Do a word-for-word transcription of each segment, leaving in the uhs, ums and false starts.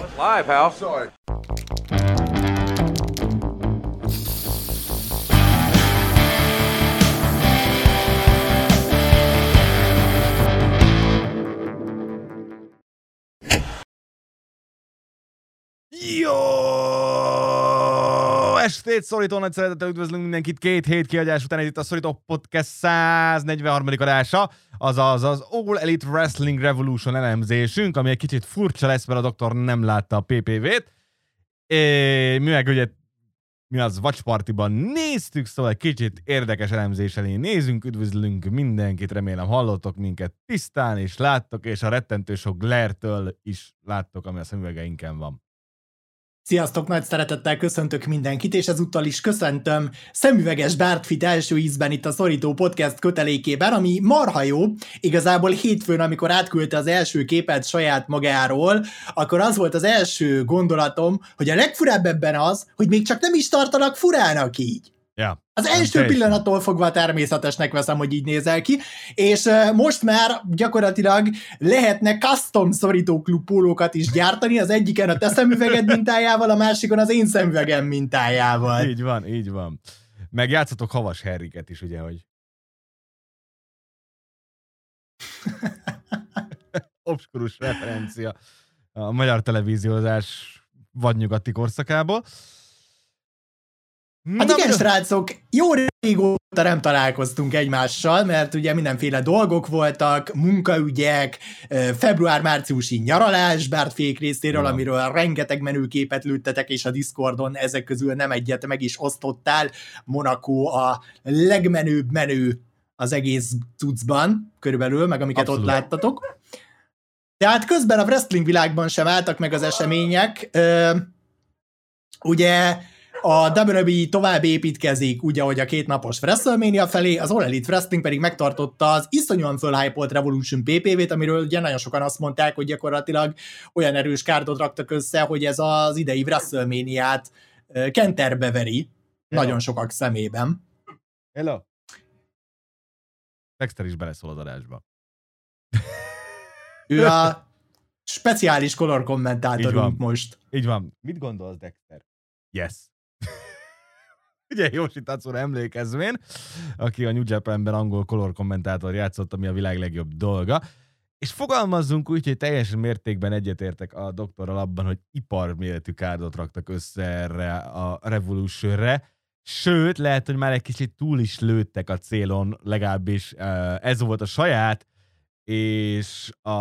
Live, pal. Sorry. Jó estét, szorító nagy szeretettel üdvözlünk mindenkit két hét kiadás után, itt a Szorító Podcast száznegyvenharmadik adása, azaz az All Elite Wrestling Revolution elemzésünk, ami egy kicsit furcsa lesz, mert a doktor nem látta a pé pé vét. É, mi meg ugye mi az Watch Party-ban néztük, szóval egy kicsit érdekes elemzés elé nézünk, üdvözlünk mindenkit, remélem hallottok minket tisztán, és láttok, és a rettentő sok glare-től is láttok, ami a szemüvegeinken van. Sziasztok, nagy szeretettel köszöntök mindenkit, és ezúttal is köszöntöm szemüveges Bártfit első ízben itt a Szorító Podcast kötelékében, ami marha jó. Igazából hétfőn, amikor átküldte az első képet saját magáról, akkor az volt az első gondolatom, hogy a legfurább ebben az, hogy még csak nem is tartanak furának így. Yeah. Az első pillanattól fogva természetesnek veszem, hogy így nézel ki, és uh, most már gyakorlatilag lehetne custom szorítóklub pólókat is gyártani, az egyiken a te szemüveged mintájával, a másikon az én szemüvegem mintájával. Így van, így van. Meg játszatok Havas Henriket is, ugye, hogy... Obskurus referencia a magyar televíziózás vadnyugati korszakából. Hát Na, igen, mi... srácok, jó régóta nem találkoztunk egymással, mert ugye mindenféle dolgok voltak, munkaügyek, február-márciusi nyaralás Bártfék részéről, Igen. amiről rengeteg menüképet lőttetek, és a Discordon ezek közül nem egyet meg is osztottál. Monaco a legmenőbb menő az egész cuccban, körülbelül, meg amiket Abszolút. ott láttatok. De hát közben a wrestling világban sem álltak meg az események. Ö, ugye... A dupla vé dupla vé tovább építkezik, úgy, ahogy a kétnapos WrestleMania felé, az All Elite Wrestling pedig megtartotta az iszonyúan fölhypolt Revolution pé pé vét, amiről ugye nagyon sokan azt mondták, hogy gyakorlatilag olyan erős kárdot raktak össze, hogy ez az idei WrestleMania-t kenterbe veri, Hello. nagyon sokak szemében. Hello. Dexter is beleszól az adásba. Ő a speciális color Így kommentátorunk van. most. Így van. Mit gondolsz, Dexter? Yes. Ugye Yoshi Tatsura emlékezvén, aki a New Japanben angol color kommentátor játszott, ami a világ legjobb dolga. És fogalmazzunk úgy, hogy teljes mértékben egyetértek a doktorral abban, hogy iparméretű kárdot raktak össze erre a Revolutionre. Sőt, lehet, hogy már egy kicsit túl is lőttek a célon, legalábbis ez volt a saját, és a...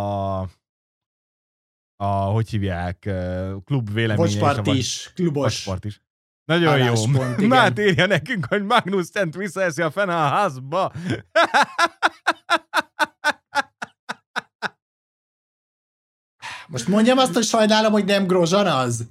a, hogy hívják, klub véleménye. Watchpart is, klubos. Watchpart is. Nagyon jó. Mát írja nekünk, hogy Magnus Stent visszaeszi a fene a házba. Most mondjam azt, hogy sajnálom, hogy nem Grozan az.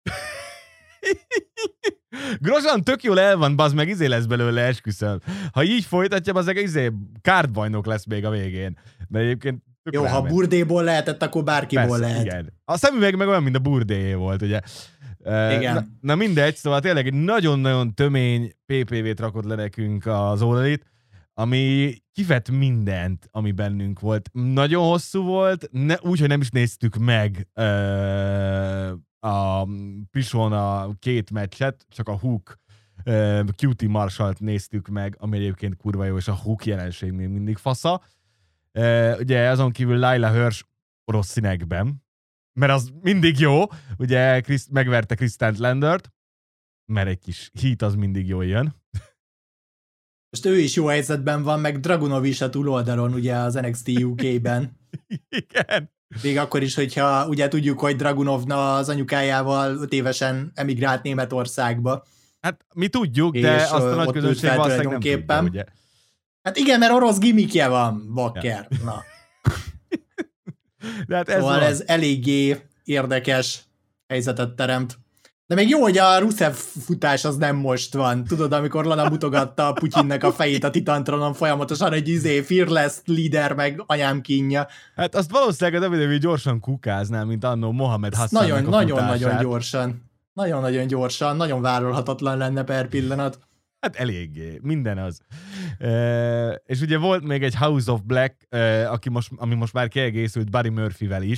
Grozan tök jól el van, bazd meg, izé lesz belőle, esküszöm. Ha így folytatja, bazd meg, izé kártbajnok lesz még a végén. De egyébként jó, ha burdéból lehetett, akkor bárkiból persze, lehet. Igen. A szemüveg meg olyan, mint a burdéjé volt, ugye. Igen. Na, na mindegy, szóval tényleg egy nagyon-nagyon tömény pé pé vét rakott le nekünk az All Elite, ami kivett mindent, ami bennünk volt. Nagyon hosszú volt, ne, úgyhogy nem is néztük meg uh, a Pison a két meccset, csak a Hook uh, Q T Marshall-t néztük meg, ami egyébként kurva jó, és a Hook jelenség még mindig fasza. Uh, ugye azon kívül Lila Hirsch orosz színekben, mert az mindig jó, ugye Chris, megverte Chris Statlandert, mert egy kis heat az mindig jól jön. Most ő is jó helyzetben van, meg Dragunov is a túloldalon, ugye az en iksz té U K-ben. Igen. Még akkor is, hogyha ugye tudjuk, hogy Dragunovna az anyukájával öt évesen emigrált Németországba. Hát mi tudjuk, de azt a nagy közönség valószínűleg nem tudja, ugye. Hát igen, mert orosz gimmickje van, bakker. Ja. Na. De hát ez szóval van. Ez eléggé érdekes helyzetet teremt. De még jó, hogy a Rusev futás az nem most van. Tudod, amikor Lana mutogatta a Putyinnek a fejét a Titantronon folyamatosan, egy izé fearless leader, meg anyám kínja. Hát azt valószínűleg a dupla vé dupla vé gyorsan kukázná, mint annó Mohamed Hassannak a futását. Nagyon-nagyon gyorsan. Nagyon-nagyon gyorsan, nagyon várolhatatlan lenne per pillanat. Hát eléggé, minden az. E, és ugye volt még egy House of Black, e, aki most, ami most már kiegészült Buddy Murphyvel is,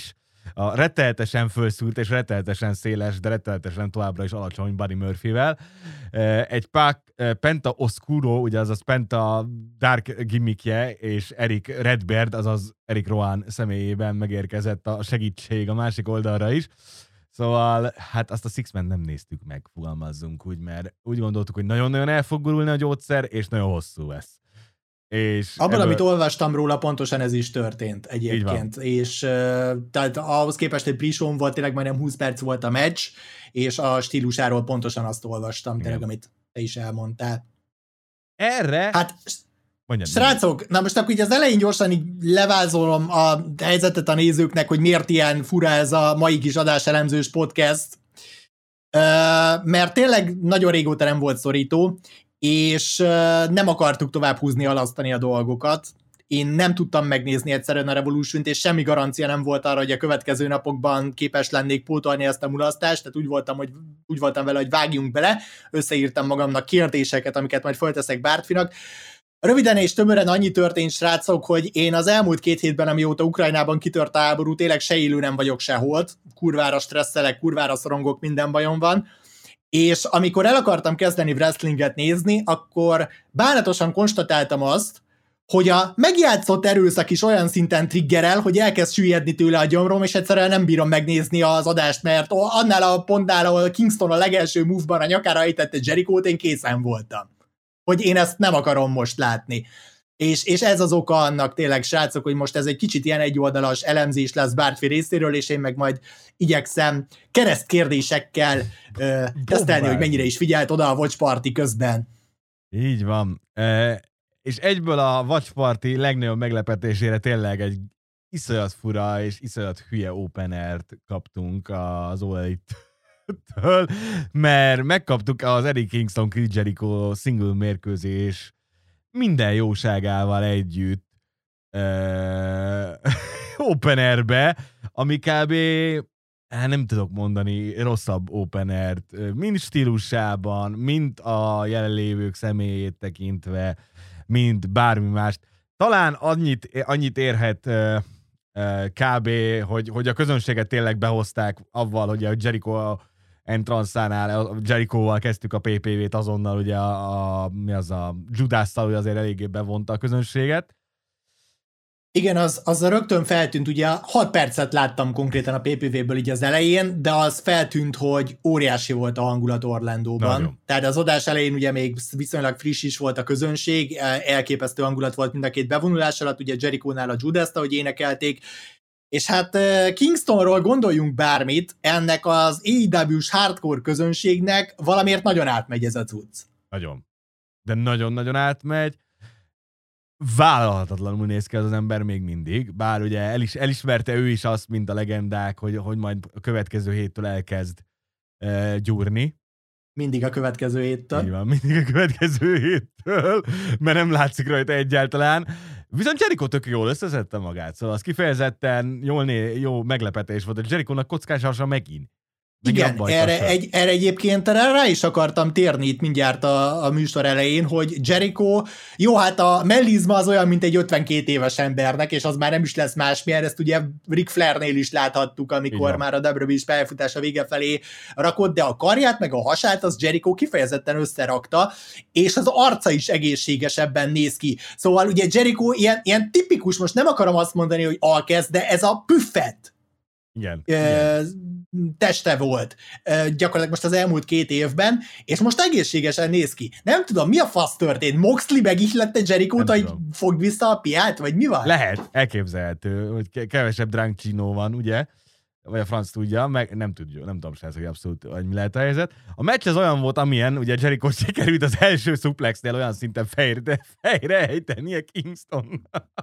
a retteltesen fölszúrt és retteltesen széles, de retteltesen továbbra is alacsony Buddy Murphyvel. Egy Pac, Penta Oscuro, ugye azaz Penta Dark gimmickje, és Eric Redbeard, azaz Eric Rowan személyében megérkezett a segítség a másik oldalra is. Szóval, hát azt a Six-Man nem néztük meg, fogalmazzunk úgy, mert úgy gondoltuk, hogy nagyon-nagyon el fog gurulni a gyógyszer, és nagyon hosszú lesz. És Abban, ebből... amit olvastam róla, pontosan ez is történt egyébként. És uh, tehát ahhoz képest, hogy pre-show volt, tényleg majdnem húsz perc volt a meccs, és a stílusáról pontosan azt olvastam, tényleg, amit te is elmondtál. Erre... Hát, mondjad, srácok, mondjad. na most akkor így az elején gyorsan így levázolom a helyzetet a nézőknek, hogy miért ilyen fura ez a mai kis adáselemzős podcast, uh, mert tényleg nagyon régóta nem volt szorító, és nem akartuk tovább húzni, halasztani a dolgokat. Én nem tudtam megnézni egyszerűen a Revolution-t, és semmi garancia nem volt arra, hogy a következő napokban képes lennék pótolni ezt a mulasztást, tehát úgy voltam, hogy, úgy voltam vele, hogy vágjunk bele, összeírtam magamnak kérdéseket, amiket majd fölteszek Bártfinak. Röviden és tömören annyi történt, srácok, hogy én az elmúlt két hétben, amióta Ukrajnában kitört a háború, tényleg se élő nem vagyok, se holt, kurvára stresszelek, kurvára szorongok, minden bajom van. És amikor el akartam kezdeni wrestlinget nézni, akkor bánatosan konstatáltam azt, hogy a megjátszott erőszak is olyan szinten triggerel, hogy elkezd süllyedni tőle a gyomrom, és egyszerűen nem bírom megnézni az adást, mert annál a pontnál, ahol Kingston a legelső move-ban a nyakára ejtette Jerichót, én készen voltam. Hogy én ezt nem akarom most látni. És, és ez az oka annak tényleg, srácok, hogy most ez egy kicsit ilyen egyoldalas elemzés lesz Bártfi részéről, és én meg majd igyekszem keresztkérdésekkel uh, tesztelni, hogy mennyire is figyelt oda a Watch Party közben. Így van. E, és egyből a Watch Party legnagyobb meglepetésére tényleg egy iszonyat fura és iszonyat hülye openert kaptunk az All Elite-től, mert megkaptuk az Eddie Kingston Chris Jericho single mérkőzés minden jóságával együtt uh, openerbe, ami kb. Hát nem tudok mondani rosszabb openert, mind stílusában, mind a jelenlévők személyét tekintve, mind bármi mást. Talán annyit, annyit érhet uh, uh, kb., hogy, hogy a közönséget tényleg behozták avval, hogy a Jericho entrance-nál, Jericho-val kezdtük a pé pé vét azonnal, ugye a, a mi az a Judas-szal, ugye azért eléggé bevonta a közönséget. Igen, az, az rögtön feltűnt, ugye hat percet láttam konkrétan a pé pé véből így az elején, de az feltűnt, hogy óriási volt a hangulat Orlandóban. Nagyon. Tehát az adás elején ugye még viszonylag friss is volt a közönség, elképesztő hangulat volt mind a két bevonulás alatt, ugye Jericho-nál a Judas-t, ahogy énekelték, és hát Kingstonról gondoljunk bármit, ennek az á é dupla vé-s hardcore közönségnek valamiért nagyon átmegy ez a cucc. Nagyon. De nagyon-nagyon átmegy. Vállalhatatlanul néz ki az az ember még mindig, bár ugye el is, elismerte ő is azt, mint a legendák, hogy, hogy majd a következő héttől elkezd e, gyúrni. Mindig a következő héttől. Így van, mindig a következő héttől, mert nem látszik rajta egyáltalán. Viszont Jericho tök jól összeszedte magát, szóval az kifejezetten jól né, jó meglepetés volt, hogy Jerichónak kockás hasa megint. Igen, erre, egy, erre egyébként rá is akartam térni itt mindjárt a, a műsor elején, hogy Jericho, jó, hát a mellizma az olyan, mint egy ötvenkét éves embernek, és az már nem is lesz másmilyen, ezt ugye Ric Flairnél is láthattuk, amikor igen, már a dupla vé dupla vé-s pályafutása vége felé rakott, de a karját meg a hasát az Jericho kifejezetten összerakta, és az arca is egészségesebben néz ki. Szóval ugye Jericho ilyen, ilyen tipikus, most nem akarom azt mondani, hogy alkezd, de ez a püffet. Igen, uh, igen. teste volt uh, gyakorlatilag most az elmúlt két évben, és most egészségesen néz ki. Nem tudom, mi a fasz történt? Moxley megihlette Jericho-t, hogy fog vissza a piát, vagy mi van? Lehet, elképzelhető, hogy kevesebb drunk csinó van, ugye? Vagy a franc tudja, meg nem tudja, nem tudom se, hogy abszolút, hogy mi lehet a helyzet. A meccs az olyan volt, amilyen, ugye Jericho sikerült az első suplexnél olyan szinten fejre, fejre ejtenie Kingston.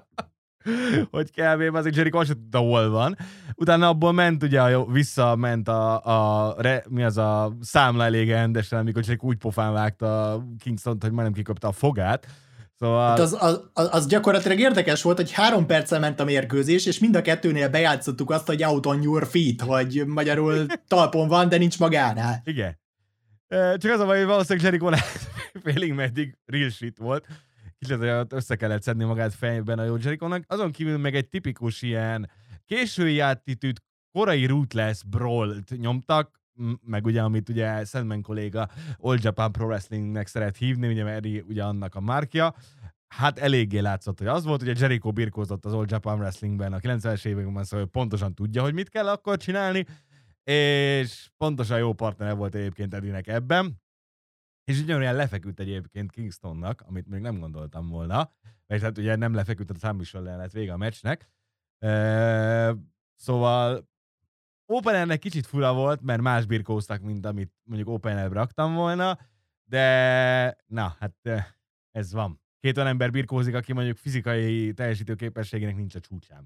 hogy kb. Azért Jericho azt tudta, hol van. Utána abból ment, ugye visszament a, a re, mi az a számla elég rendesen, amikor Jericho úgy pofán vágta Kingstont, hogy majdnem kikapta a fogát. Szóval... Hát az, az, az gyakorlatilag érdekes volt, hogy három perccel ment a mérkőzés, és mind a kettőnél bejátszottuk azt, hogy out on your feet, hogy magyarul talpon van, de nincs magánál. Igen. Csak az a baj, hogy valószínűleg Jericho félig meddig real shit volt. Kicsit össze kellett szedni magát fejben a jó Jerichonak. Azon kívül meg egy tipikus ilyen késői attitűd, korai Ruthless Brawl-t nyomtak, meg ugye, amit ugye Sandman kolléga All Japan Pro Wrestlingnek szeret hívni, ugye, mert ugye annak a márkja. Hát eléggé látszott, hogy az volt, ugye Jericho birkózott az All Japan Wrestlingben a kilencvenes években, szóval pontosan tudja, hogy mit kell akkor csinálni, és pontosan jó partner volt egyébként Eddie-nek ebben. És ugyanolyan lefeküdt egyébként Kingstonnak, amit még nem gondoltam volna, mert hát ugye nem lefeküdt, a számviselően lett vége a meccsnek. E, szóval openernek kicsit fura volt, mert más birkóztak, mint amit mondjuk openerbe raktam volna, de na, hát ez van. Két olyan ember birkózik, aki mondjuk fizikai teljesítő képességének nincs a csúcsán.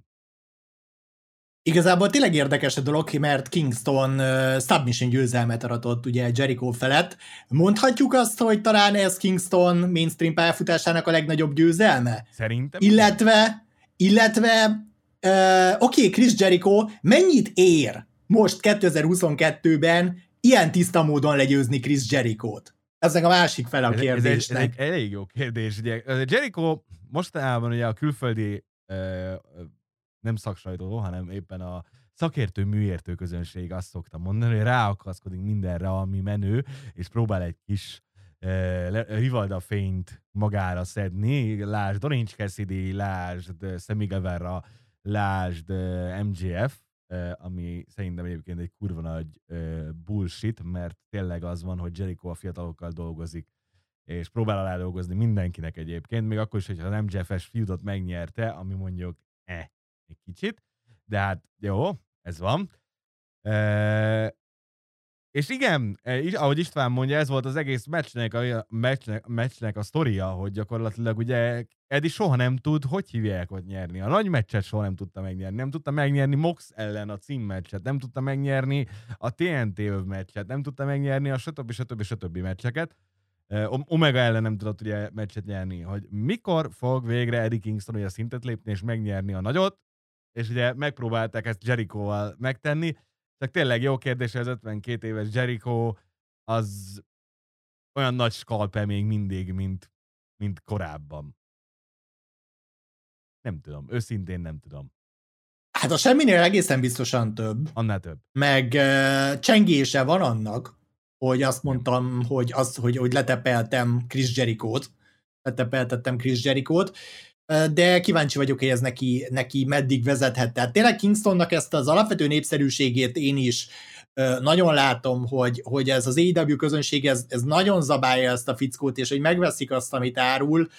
Igazából tényleg érdekes a dolog, mert Kingston uh, submission győzelmet aratott ugye Jericho felett. Mondhatjuk azt, hogy talán ez Kingston mainstream pályafutásának a legnagyobb győzelme? Szerintem. Illetve, illetve uh, oké, okay, Chris Jericho mennyit ér most kétezer-huszonkettőben ilyen tiszta módon legyőzni Chris Jerichót? Ez a másik fele a kérdésnek. Ez, ez, ez egy elég jó kérdés. Ugye, Jericho mostanában ugye a külföldi uh, nem szaksajtó, hanem éppen a szakértő, műértő közönség azt szokta mondani, hogy ráakaszkodik mindenre, ami menő, és próbál egy kis uh, Rivalda fényt magára szedni. Lásd Orange Cassidy, lásd Sammy Guevara, lásd uh, em jé ef, uh, ami szerintem egyébként egy kurva nagy uh, bullshit, mert tényleg az van, hogy Jericho a fiatalokkal dolgozik, és próbál alá dolgozni mindenkinek egyébként, még akkor is, hogyha az em jé ef-es feudot megnyerte, ami mondjuk eh, egy kicsit, de hát jó, ez van. E, és igen, ahogy István mondja, ez volt az egész meccsnek a, meccsnek, meccsnek a sztoria, hogy gyakorlatilag ugye Eddie soha nem tud, hogy hívják ott nyerni. A nagy meccset soha nem tudta megnyerni. Nem tudta megnyerni Mox ellen a címmeccset, nem tudta megnyerni a té en té meccset, nem tudta megnyerni a stb. stb. stb. Meccseket. Omega ellen nem tudott ugye meccset nyerni, hogy mikor fog végre Eddie Kingston ugye a szintet lépni és megnyerni a nagyot, és ugye megpróbálták ezt Jerichoval megtenni, csak tényleg jó kérdés, az ötvenkét éves Jericho az olyan nagy skalpe még mindig, mint, mint korábban. Nem tudom, őszintén nem tudom. Hát a semminél egészen biztosan több. Annál több. Meg uh, csengése van annak, hogy azt mondtam, hogy, azt, hogy, hogy letepeltem Chris Jerichót, letepeltettem Chris Jerichót, de kíváncsi vagyok, hogy ez neki, neki meddig vezethet. Tehát tényleg Kingstonnak ezt az alapvető népszerűségét én is nagyon látom, hogy, hogy ez az á é dupla vé közönség, ez, ez nagyon zabálja ezt a fickót, és hogy megveszik azt, amit árul.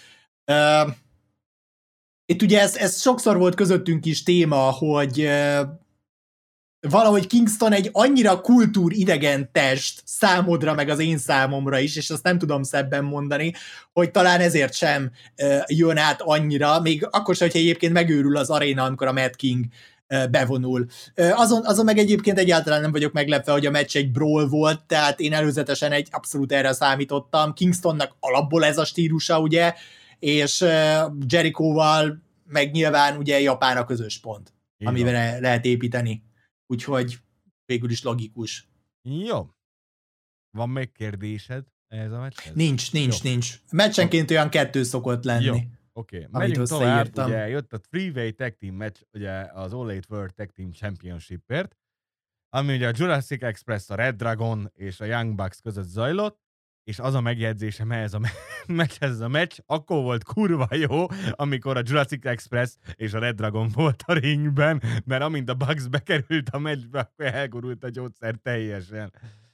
Itt ugye ez, ez sokszor volt közöttünk is téma, hogy valahogy Kingston egy annyira kultúridegen test számodra, meg az én számomra is, és azt nem tudom szebben mondani, hogy talán ezért sem uh, jön át annyira, még akkor sem, hogyha egyébként megőrül az aréna, amikor a Mad King uh, bevonul. Uh, azon, azon meg egyébként egyáltalán nem vagyok meglepve, hogy a meccs egy brawl volt, tehát én előzetesen egy abszolút erre számítottam. Kingstonnak alapból ez a stílusa, ugye, és uh, Jerichoval meg nyilván ugye Japán a közös pont, igen, amivel lehet építeni. Úgyhogy végül is logikus. Jó. Van még kérdésed ehhez a meccshez? Nincs, nincs, Jó. nincs. Meccsenként olyan kettő szokott lenni. Jó, oké. Okay. Megyünk tovább. Ugye jött a Three-Way Tag Team meccs, ugye az All Elite World Tag Team Championshipért, ami ugye a Jurassic Express, a Red Dragon és a Young Bucks között zajlott, és az a megjegyzésem ehhez a meccshez, ez a meccs akkor volt kurva jó, amikor a Jurassic Express és a Red Dragon volt a ringben, mert amint a Bucks bekerült a meccsbe, akkor elgurult a gyógyszer teljesen.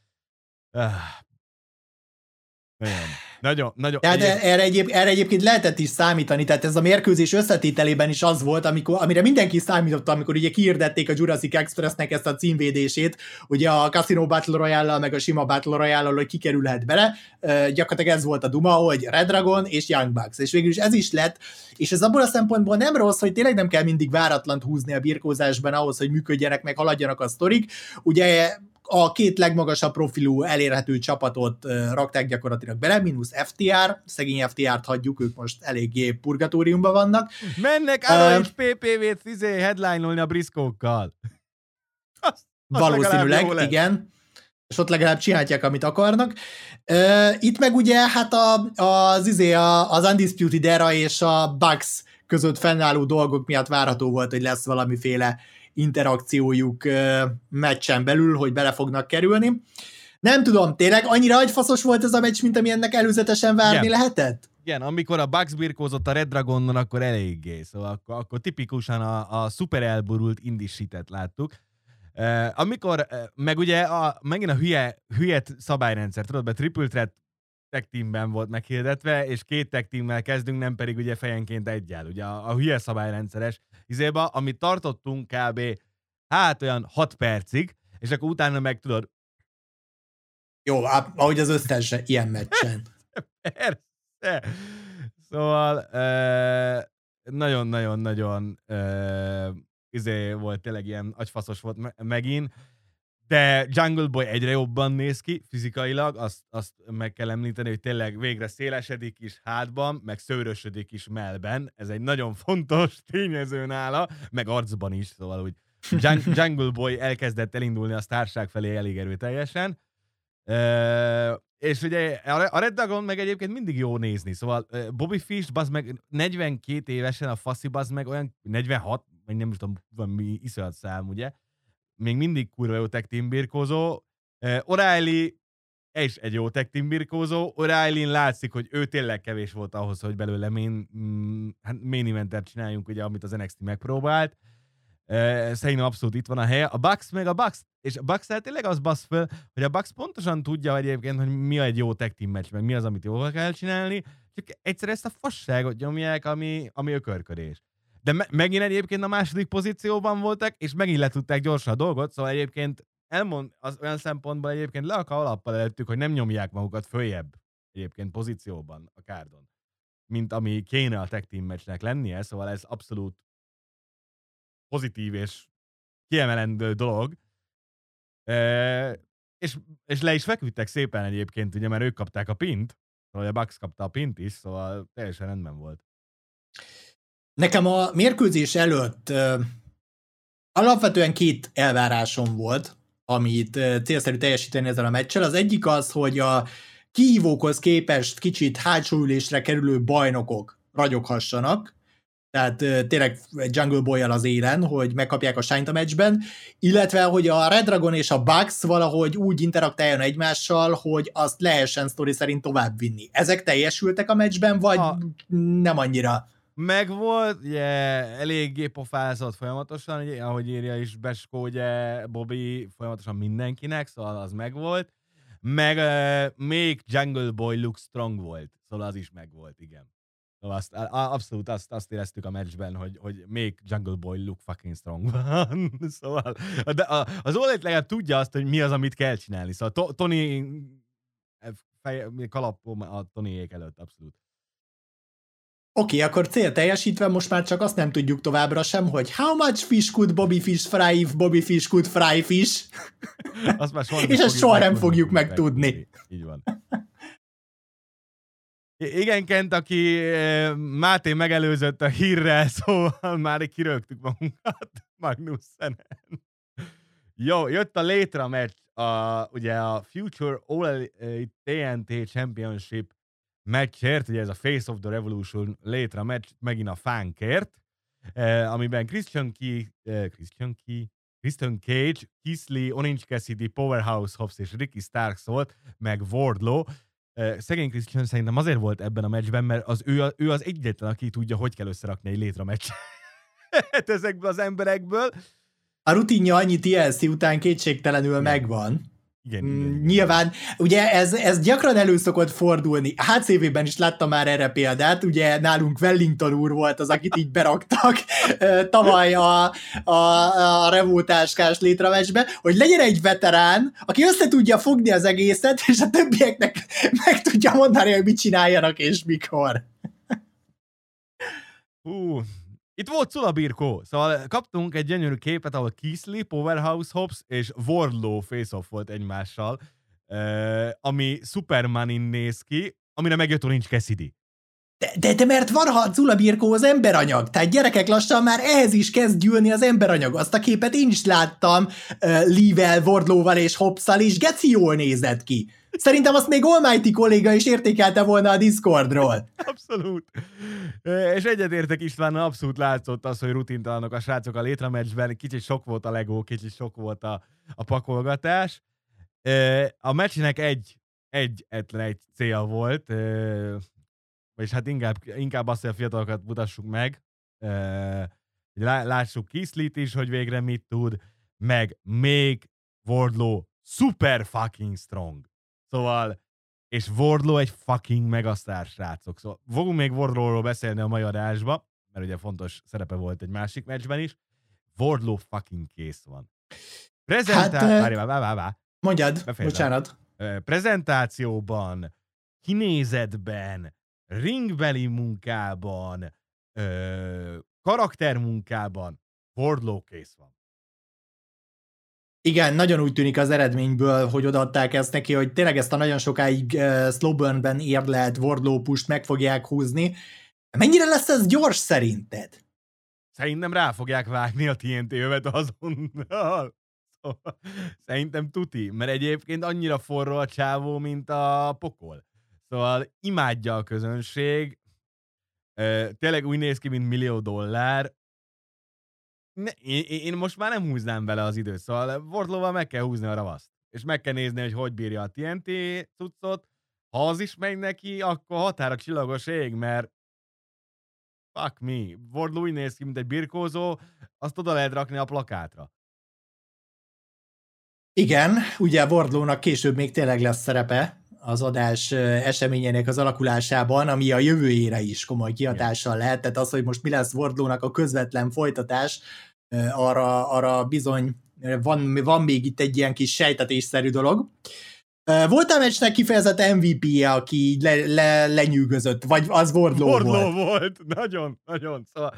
Nagyon, nagyon, nagyon. Tehát egyéb... erre, egyéb, erre egyébként lehetett is számítani, tehát ez a mérkőzés összetételében is az volt, amikor, amire mindenki számította, amikor ugye kiirdették a Jurassic Expressnek ezt a címvédését, ugye a Casino Battle Royale-lal, meg a sima Battle Royale-lal, hogy kikerülhet bele, uh, gyakorlatilag ez volt a duma, hogy Red Dragon és Young Bucks, és végül is ez is lett, és ez abból a szempontból nem rossz, hogy tényleg nem kell mindig váratlant húzni a birkózásban ahhoz, hogy működjenek, meg haladjanak a sztorik, ugye a két legmagasabb profilú elérhető csapatot uh, rakták gyakorlatilag bele, mínusz ef té er, szegény ef té er-t hagyjuk, ők most eléggé purgatóriumban vannak. Mennek Orange uh, pé pé vét izé headline-olni a briszkókkal. Azt, valószínűleg, igen. És ott legalább csinálják, amit akarnak. Uh, itt meg ugye hát a, az, izé, a, az Undisputed Era és a Bucks között fennálló dolgok miatt várható volt, hogy lesz valamiféle interakciójuk meccsen belül, hogy bele fognak kerülni. Nem tudom, tényleg annyira agyfaszos volt ez a meccs, mint ami ennek előzetesen várni Igen. lehetett? Igen, amikor a Bucks birkózott a Red Dragonon, akkor eléggé. Szóval akkor, akkor tipikusan a, a szuper elborult indisitet láttuk. Uh, amikor, uh, meg ugye a, megint a hülye, hülye szabályrendszer, tudod, be Triple Threat tag teamben volt meghirdetve, és két tag teammel kezdünk, nem pedig ugye fejenként egyel. Ugye a, a hülye szabályrendszeres izéba, amit tartottunk kb. Hát olyan hat percig, és akkor utána meg tudod... Jó, ahogy az összes ilyen meccsen. Persze. Szóval uh, nagyon-nagyon-nagyon uh, izé volt, tényleg ilyen agyfaszos volt me- megint, de Jungle Boy egyre jobban néz ki fizikailag, azt, azt meg kell említeni, hogy tényleg végre szélesedik is hátban, meg szőrösödik is mellben, ez egy nagyon fontos tényező nála, meg arcban is, szóval úgy Jungle Boy elkezdett elindulni a sztárság felé elég erőteljesen, uh, és ugye a Red Dragon meg egyébként mindig jó nézni, szóval uh, Bobby Fish, bazd meg negyvenkét évesen a faszi, bazd meg olyan negyvenhat, vagy nem tudom, valami iszonyat szám, ugye? Még mindig kurva jó tag team birkózó. Uh, O'Reilly és egy jó tag team birkózó. O'Reillyn látszik, hogy ő tényleg kevés volt ahhoz, hogy belőle main, mm, main eventer csináljunk, ugye, amit az en iksz té megpróbált. Uh, szerintem abszolút itt van a helye. A Bucks meg a Bucks, és a Bucks-el tényleg az basz föl, hogy a Bucks pontosan tudja egyébként, hogy mi egy jó tag team meccs, meg mi az, amit jól kell csinálni, csak egyszer ezt a fasságot nyomják, ami, ami ökörködés. De me- megint egyébként a második pozícióban voltak, és megint le tudták gyorsan a dolgot, szóval egyébként elmond, az olyan szempontból egyébként le a kalappal előttük, hogy nem nyomják magukat följebb egyébként pozícióban a kárdon, mint ami kéne a tag team meccsnek lennie, szóval ez abszolút pozitív és kiemelendő dolog. E, és, és le is feküdtek szépen egyébként, ugye, mert ők kapták a pint, szóval a Bucks kapta a pint is, szóval teljesen rendben volt. Nekem a mérkőzés előtt uh, alapvetően két elvárásom volt, amit uh, célszerű teljesíteni ezzel a meccsel. Az egyik az, hogy a kihívókhoz képest kicsit hátsó ülésre kerülő bajnokok ragyoghassanak, tehát uh, tényleg Jungle Boy-jal az élen, hogy megkapják a shine-t a meccsben, illetve, hogy a Red Dragon és a Bucks valahogy úgy interaktáljon egymással, hogy azt lehessen sztori szerint továbbvinni. Ezek teljesültek a meccsben, vagy a... nem annyira? Megvolt, ugye eléggé pofázott folyamatosan, ugye, ahogy írja is Beskó, ugye Bobby folyamatosan mindenkinek, szóval az megvolt. Meg uh, még Jungle Boy look strong volt, szóval az is megvolt, igen. Szóval azt, abszolút azt, azt éreztük a meccsben, hogy, hogy még Jungle Boy look fucking strong van. Szóval de a, az All Elite legalább tudja azt, hogy mi az, amit kell csinálni. Szóval Tony fej, kalapom a Tonyék előtt, abszolút. Oké, okay, akkor cél teljesítve most már csak azt nem tudjuk továbbra sem, hogy how much fish could Bobby Fish fry if Bobby Fish could fry fish? Azt már soha és ezt soha nem fogjuk megtudni. Meg Így van. Igen, Kent, aki Máté megelőzött a hírrel, szóval már kirögtük magunkat Magnussenen. Jó, jött a létre meccs, a, ugye a Future All Elite té en té Championship meccsért, ugye ez a Face of the Revolution létre meccs, megint a fánkért, eh, amiben Christian Key, eh, Christian Key, Christian Cage, Keith Lee, Orange Cassidy, Powerhouse Hobbs és Ricky Starks volt, meg Wardlow. Eh, szegény Christian szerintem azért volt ebben a meccsben, mert az, ő, ő az egyetlen, aki tudja, hogy kell összerakni egy létre meccs. Ezekből az emberekből. A rutinja annyi té el cé után kétségtelenül igen. megvan. Igen, igen, igen. Nyilván, ugye ez, ez gyakran elő szokott fordulni. há cé vé-ben is láttam már erre példát, ugye nálunk Wellington úr volt az, akit így beraktak tavaly a, a, a revoltáskás létrameccsbe, hogy legyen egy veterán, aki össze tudja fogni az egészet, és a többieknek meg tudja mondani, hogy mit csináljanak és mikor. Hú... Itt volt Cula birkó, szóval kaptunk egy gyönyörű képet, ahol Keith Lee, Powerhouse Hobbs és Wardlow face-off volt egymással, uh, ami Supermanin néz ki, amire megjött Orange Cassidy. De, de, de mert van Harcula Birkó az emberanyag, tehát gyerekek lassan már ehhez is kezd gyűlni az emberanyag. Azt a képet én is láttam uh, Lee-vel, Wardlow-val és Hobbs-szal, és geci jól nézett ki. Szerintem azt még Almighty kolléga is értékelte volna a Discordról. Abszolút. És egyetértek Istvánnal, abszolút látszott az, hogy rutintalanok a srácok a létrameccsben, kicsit sok volt a legó, kicsit sok volt a, a pakolgatás. A meccsnek egy, egy, etlen egy célja volt, és hát inkább, inkább azt, hogy a fiatalokat mutassuk meg, lássuk Kislit is, hogy végre mit tud, meg még Wardlow super fucking strong. Szóval, és Wardlow egy fucking megasztár, srácok. Szóval fogunk még Wardlowról beszélni a mai adásba, mert ugye fontos szerepe volt egy másik meccsben is. Wardlow fucking kész van. Prezentá... Hát, várj, várj, várj, várj. Mondjad, Befejezem. Bocsánat. Prezentációban, kinézetben, ringbeli munkában, karaktermunkában Wardlow kész van. Igen, nagyon úgy tűnik az eredményből, hogy odaadták ezt neki, hogy tényleg ezt a nagyon sokáig uh, slow burn-ben érlelt Wardlow pusht meg fogják húzni. Mennyire lesz ez gyors szerinted? Szerintem rá fogják vágni a té en té övet azonnal. Szóval, szerintem tuti, mert egyébként annyira forró a csávó, mint a pokol. Szóval imádja a közönség. Uh, tényleg úgy néz ki, mint millió dollár. Ne, én, én most már nem húznám vele az időt, szóval Wardlowval meg kell húzni a ravaszt. És meg kell nézni, hogy hogy bírja a té en té cuccot. Ha az is megy neki, akkor határa csillagos ég, mert fuck me. Wardlow úgy néz ki, mint egy birkózó, azt oda lehet rakni a plakátra. Igen, ugye Wardlownak később még tényleg lesz szerepe az adás eseményének az alakulásában, ami a jövőjére is komoly kihatással lehet. Tehát az, hogy most mi lesz Wardlownak a közvetlen folytatás, arra, arra bizony van, van még itt egy ilyen kis sejtetésszerű dolog. Volt a meccsnek kifejezett em vé pé-je, aki le, le, lenyűgözött, vagy az Wardlow, Wardlow volt? volt. Nagyon, nagyon. Szóval,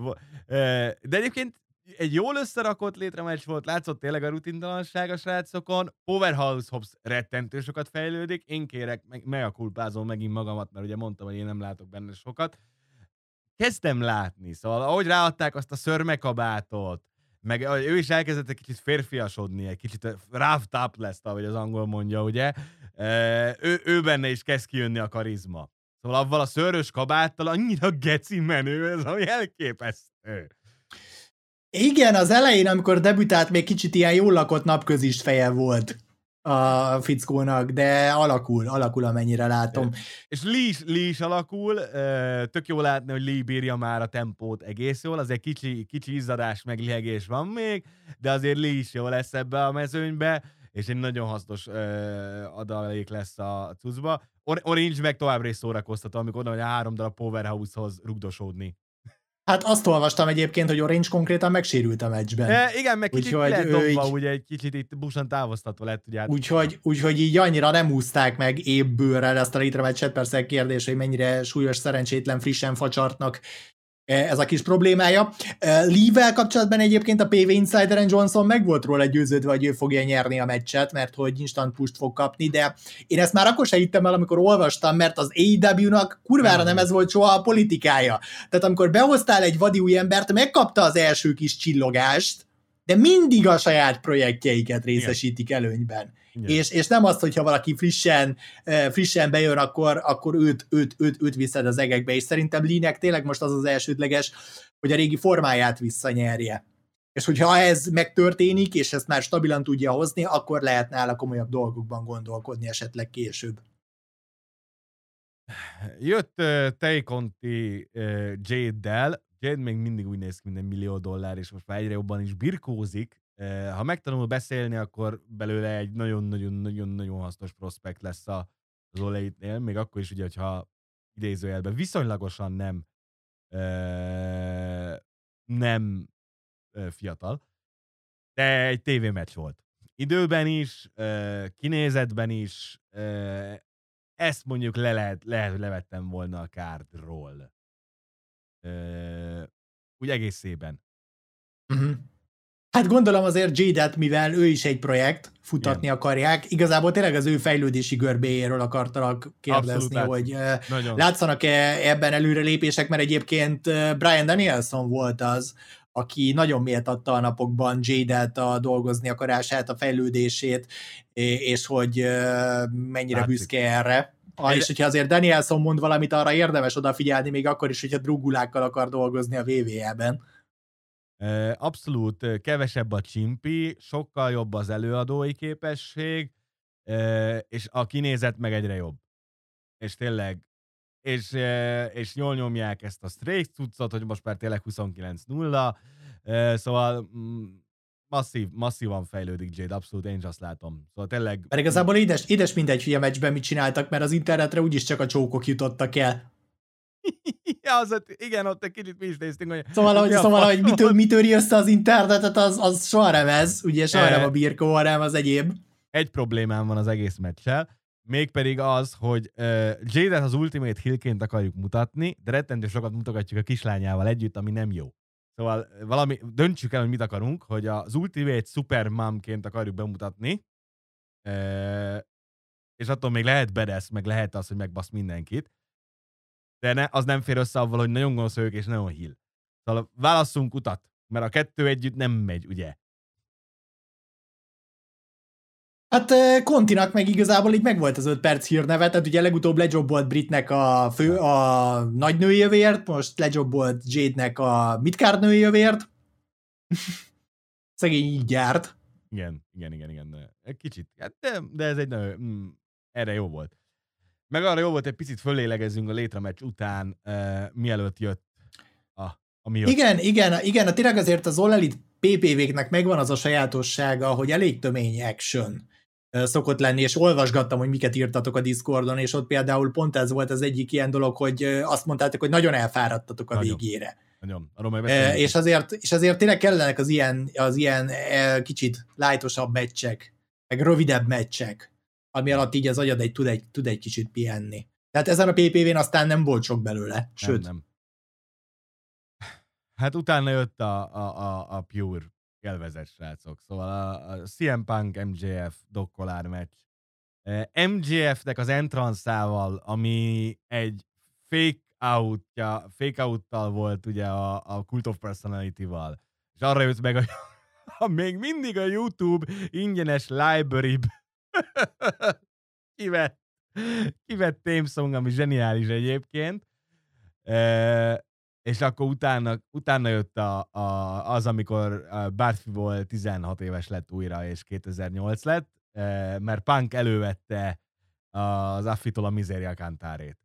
de egyébként egy jól összerakott létremeccs volt, látszott tényleg a rutintalanság a srácokon. Powerhouse Hobbs rettentő sokat fejlődik, én kérek, meg, meg a kulpázom megint magamat, mert ugye mondtam, hogy én nem látok benne sokat. Kezdtem látni, szóval ahogy ráadták azt a szörmekabátot, meg ő is elkezdett egy kicsit férfiasodni, egy kicsit roughed up lesz, ahogy az angol mondja, ugye? Ő, ő benne is kezd kijönni a karizma. Szóval avval a szőrös kabáttal annyira geci menő, ez ami elképesztő. Igen, az elején, amikor debütált, még kicsit ilyen jól lakott napközist feje volt a fickónak, de alakul, alakul, amennyire látom. És Lee is, Lee is alakul, tök jó látni, hogy Lee bírja már a tempót egész jól, azért kicsi, kicsi izzadás meg lihegés van még, de azért Lee is jó lesz ebbe a mezőnybe, és egy nagyon hasznos adalék lesz a cuccba. Orange meg továbbra is szórakoztató, amikor oda, hogy a három darab Powerhouse-hoz rugdosódni. Hát azt olvastam egyébként, hogy Orange konkrétan megsérült a meccsben. E, igen, meg kicsit úgy, lehet dobva, így... ugye egy kicsit itt busan távoztatva lett. Ugye, úgyhogy, úgyhogy így annyira nem húzták meg épp bőrrel ezt a létremeccset, persze kérdés, hogy mennyire súlyos, szerencsétlen, frissen facsartnak ez a kis problémája. Lee-vel kapcsolatban egyébként a pé vé Insideren Johnson meg volt róla győződve, hogy ő fogja nyerni a meccset, mert hogy instant pusht fog kapni, de én ezt már akkor se hittem el, amikor olvastam, mert az á é dupla vé-nak kurvára nem ez volt soha a politikája. Tehát amikor behoztál egy vadi új embert, megkapta az első kis csillogást, de mindig a saját projektjeiket részesítik igen. előnyben. És, és nem azt, hogyha valaki frissen, frissen bejön, akkor, akkor őt, őt, őt, őt viszed az egekbe, és szerintem Lee-nek tényleg most az az elsődleges, hogy a régi formáját visszanyerje. És hogyha ez megtörténik, és ezt már stabilan tudja hozni, akkor lehet nála komolyabb dolgokban gondolkodni esetleg később. Jött uh, Tay Conti uh, Jade-del, Jade még mindig úgy néz ki, mint egy millió dollár, és most már egyre jobban is birkózik. Ha megtanul beszélni, akkor belőle egy nagyon-nagyon-nagyon-nagyon hasznos prospekt lesz az All Elite-nél, még akkor is ugye, hogyha idézőjelben viszonylagosan nem nem fiatal, de egy tévémeccs volt. Időben is, kinézetben is, ezt mondjuk le lehet, lehet, hogy levettem volna a kárdról. Úgy egészében. Uh-huh. Hát gondolom azért Jade-et, mivel ő is egy projekt, futatni Igen. akarják. Igazából tényleg az ő fejlődési görbéjéről akartalak kérdezni, Abszolút hogy Nagyon. látszanak-e ebben előrelépések, mert egyébként Brian Danielson volt az, aki nagyon méltatta a napokban Jade-et, a dolgozni akarását, a fejlődését, és hogy mennyire Látszik. büszke erre. Ah, és hogyha azért Danielson mond valamit, arra érdemes odafigyelni, még akkor is, hogyha drugulákkal akar dolgozni a vé vé é-ben. Abszolút kevesebb a csimpi, sokkal jobb az előadói képesség, és a kinézet meg egyre jobb. És tényleg, és, és jól nyomják ezt a Strake cuccot, hogy most már tényleg huszonkilenc nulla, szóval masszív, masszívan fejlődik Jade, abszolút én is azt látom. Szóval tényleg... Mert igazából édes, édes mindegy, hogy a meccsben mit csináltak, mert az internetre úgyis csak a csókok jutottak el. Ja, az, igen, ott egy kicsit mi is néztünk, hogy... Szóval, hogy, szóval, hogy mitől, mitől össze az internetet, az, az soha nem ez, ugye soha nem a birkó, hanem az egyéb. Egy problémám van az egész meccsel, mégpedig az, hogy uh, Jade-et az Ultimate Heal-ként akarjuk mutatni, de rettentő sokat mutogatjuk a kislányával együtt, ami nem jó. Szóval valami, döntsük el, hogy mit akarunk, hogy az Ultimate Super Mom-ként akarjuk bemutatni, uh, és attól még lehet badass, meg lehet az, hogy megbasz mindenkit, de ne, az nem fér össze avval, hogy nagyon gonosz vagyok és nagyon heal. Szóval válasszunk utat, mert a kettő együtt nem megy, ugye? Hát Continak meg igazából így megvolt az öt perc hírneve, tehát ugye legutóbb lejobbolt Britnek a, fő, a nagy női jövért, most lejobbolt Jade-nek a midcard női jövért. Szegény így járt. Igen, igen, igen, igen. Egy kicsit. De, de ez egy nagyon... Mm, erre jó volt. Meg arra jó volt, egy picit fölélegezzünk a létre meccs után, uh, mielőtt jött a, ami jött. Igen, igen, igen, a tényleg azért az All Elite pé pé vé-knek megvan az a sajátossága, hogy elég tömény action szokott lenni, és olvasgattam, hogy miket írtatok a Discordon, és ott például pont ez volt az egyik ilyen dolog, hogy azt mondtátok, hogy nagyon elfáradtatok a nagyon, végére. Nagyon. Arról e, és, azért, és azért tényleg kellenek az ilyen, az ilyen e, kicsit lightosabb meccsek, meg rövidebb meccsek, ami alatt így az agyad egy, tud, egy, tud egy kicsit pihenni. Tehát ezen a pé pé vén aztán nem volt sok belőle, sőt. Nem, nem. Hát utána jött a, a, a, a Pure élvezett srácok. Szóval a, a cé em Punk em jé ef dokkolár meccs. em jé ef-nek az entrance-ával, ami egy fake outja, fake out-tal volt ugye a, a Cult of Personality-val. És arra jött meg a, a még mindig a YouTube ingyenes library kivett, kivett theme song, ami zseniális egyébként. E, és akkor utána, utána jött a, a, az, amikor Bartfiból tizenhat éves lett újra, és kétezer-nyolc lett, e, mert Punk elővette az Affitól a Miseria Cantárét.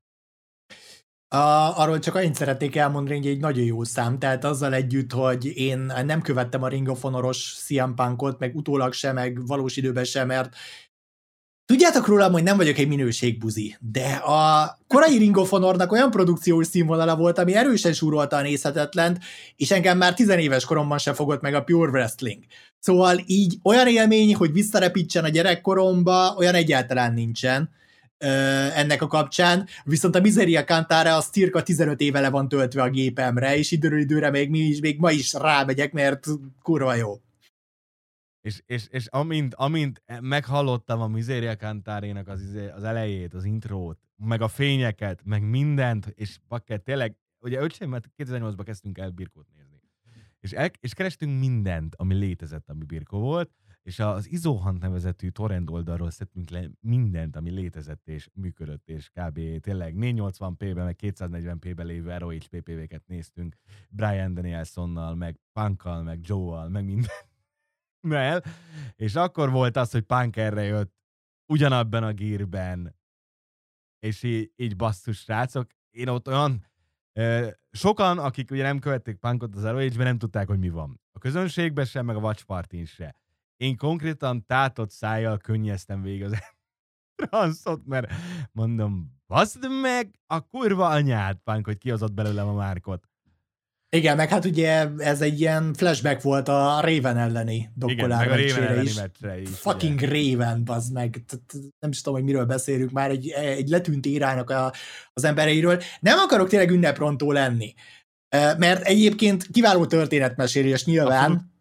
A, arról csak annyit szeretnék elmondani, hogy egy nagyon jó szám, tehát azzal együtt, hogy én nem követtem a Ring of Honor-os cé em Punkot, meg utólag sem, meg valós időben sem, mert tudjátok rólam, hogy nem vagyok egy minőségbuzi, de a korai Ring of Honornak olyan produkciós színvonala volt, ami erősen súrolta a nézhetetlent, és engem már tizenéves koromban sem fogott meg a Pure Wrestling. Szóval így olyan élmény, hogy visszarepítsen a gyerekkoromba, olyan egyáltalán nincsen ennek a kapcsán, viszont a Miseria Cantare az cirka tizenöt éve le van töltve a gépemre, és időről időre még, mi is, még ma is rámegyek, mert kurva jó. És, és, és amint, amint meghallottam a Miseria Cantárénak az, az elejét, az intrót, meg a fényeket, meg mindent, és bakker, tényleg, ugye öcsémmel kétezer-nyolcban kezdtünk el birkót nézni. És, el, és kerestünk mindent, ami létezett, ami birkó volt, és az Izohunt nevezetű torrent oldalról szedtünk le mindent, ami létezett és működött, és kb. Tényleg négyszáznyolcvan pé-ben, meg kétszáznegyven pé-ben lévő er o há pé pé vé-ket néztünk Brian Danielsonnal, meg Punkkal, meg Joe-val, meg mindennel, és akkor volt az, hogy Punk erre jött ugyanabban a gírben, és így, így basszus srácok, én ott olyan ö, sokan, akik ugye nem követték Punkot az er o há-ben, nem tudták, hogy mi van. A közönségben sem, meg a Watch Party-n se. Én konkrétan tátott szájjal könnyeztem végig az transzot, mert mondom, baszd meg a kurva anyád, Punk, hogy kihozott belőlem a márkot. Igen, meg hát ugye ez egy ilyen flashback volt a Raven elleni dokkolár meccsére is. is. Fucking ugye. Raven, bazd meg. Nem is tudom, hogy miről beszélünk már, egy, egy letűnt érának a, az embereiről. Nem akarok tényleg ünneprontó lenni, mert egyébként kiváló történetmesélés nyilván,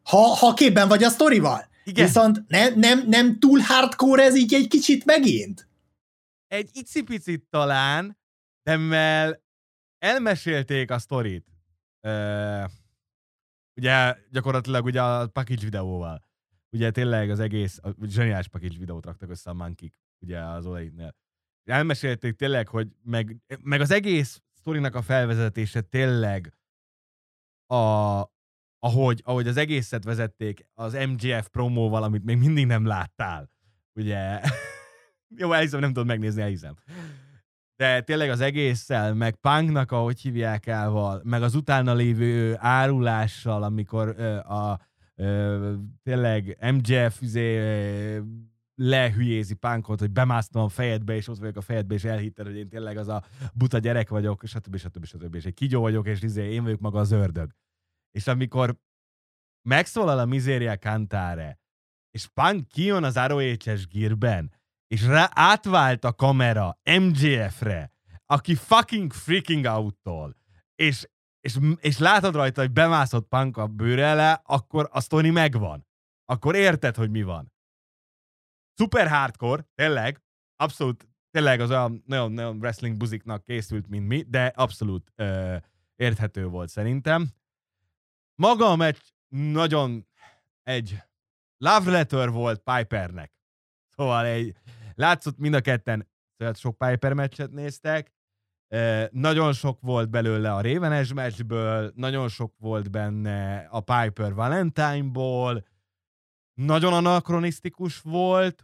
Ha, ha képben vagy a sztorival. Igen. Viszont nem, nem, nem túl hardcore ez így egy kicsit megint? Egy icipicit talán, de mivel elmesélték a sztorit, uh, ugye gyakorlatilag ugye a package videóval, ugye tényleg az egész, a zseniális package videót raktak össze a Monkey-k, ugye az Olaidnél. Elmesélték tényleg, hogy meg, meg az egész sztorinak a felvezetése tényleg a, ahogy, ahogy az egészet vezették az em gé ef promóval, amit még mindig nem láttál. Ugye? Jó, elhiszem, nem tudod megnézni, elhiszem. De tényleg az egésszel, meg Punknak, ahogy hívják el, meg az utána lévő árulással, amikor ö, a ö, tényleg em gé ef üzé, ö, lehülyézi Punkot, hogy bemásztam a fejedbe, és ott vagyok a fejedbe, és elhitted, hogy én tényleg az a buta gyerek vagyok, stb. stb. stb. És egy kígyó vagyok, és izé, én vagyok maga az ördög. És amikor megszólal a Miseria Cantare, és Punk kijön az er o há-es gírben, és rá átvált a kamera em gé ef-re, aki fucking freaking out-tól, és, és, és látod rajta, hogy bemászott Punk a bőre alá, akkor a sztori megvan. Akkor érted, hogy mi van. Super hardcore, tényleg, abszolút, tényleg az olyan nagyon, nagyon wrestling buziknak készült, mint mi, de abszolút ö, érthető volt szerintem. Maga a meccs nagyon egy love letter volt Pipernek. Szóval egy, látszott mind a ketten, szóval sok Piper meccset néztek, e, nagyon sok volt belőle a Raven-es meccsből, nagyon sok volt benne a Piper Valentine-ból, nagyon anakronisztikus volt,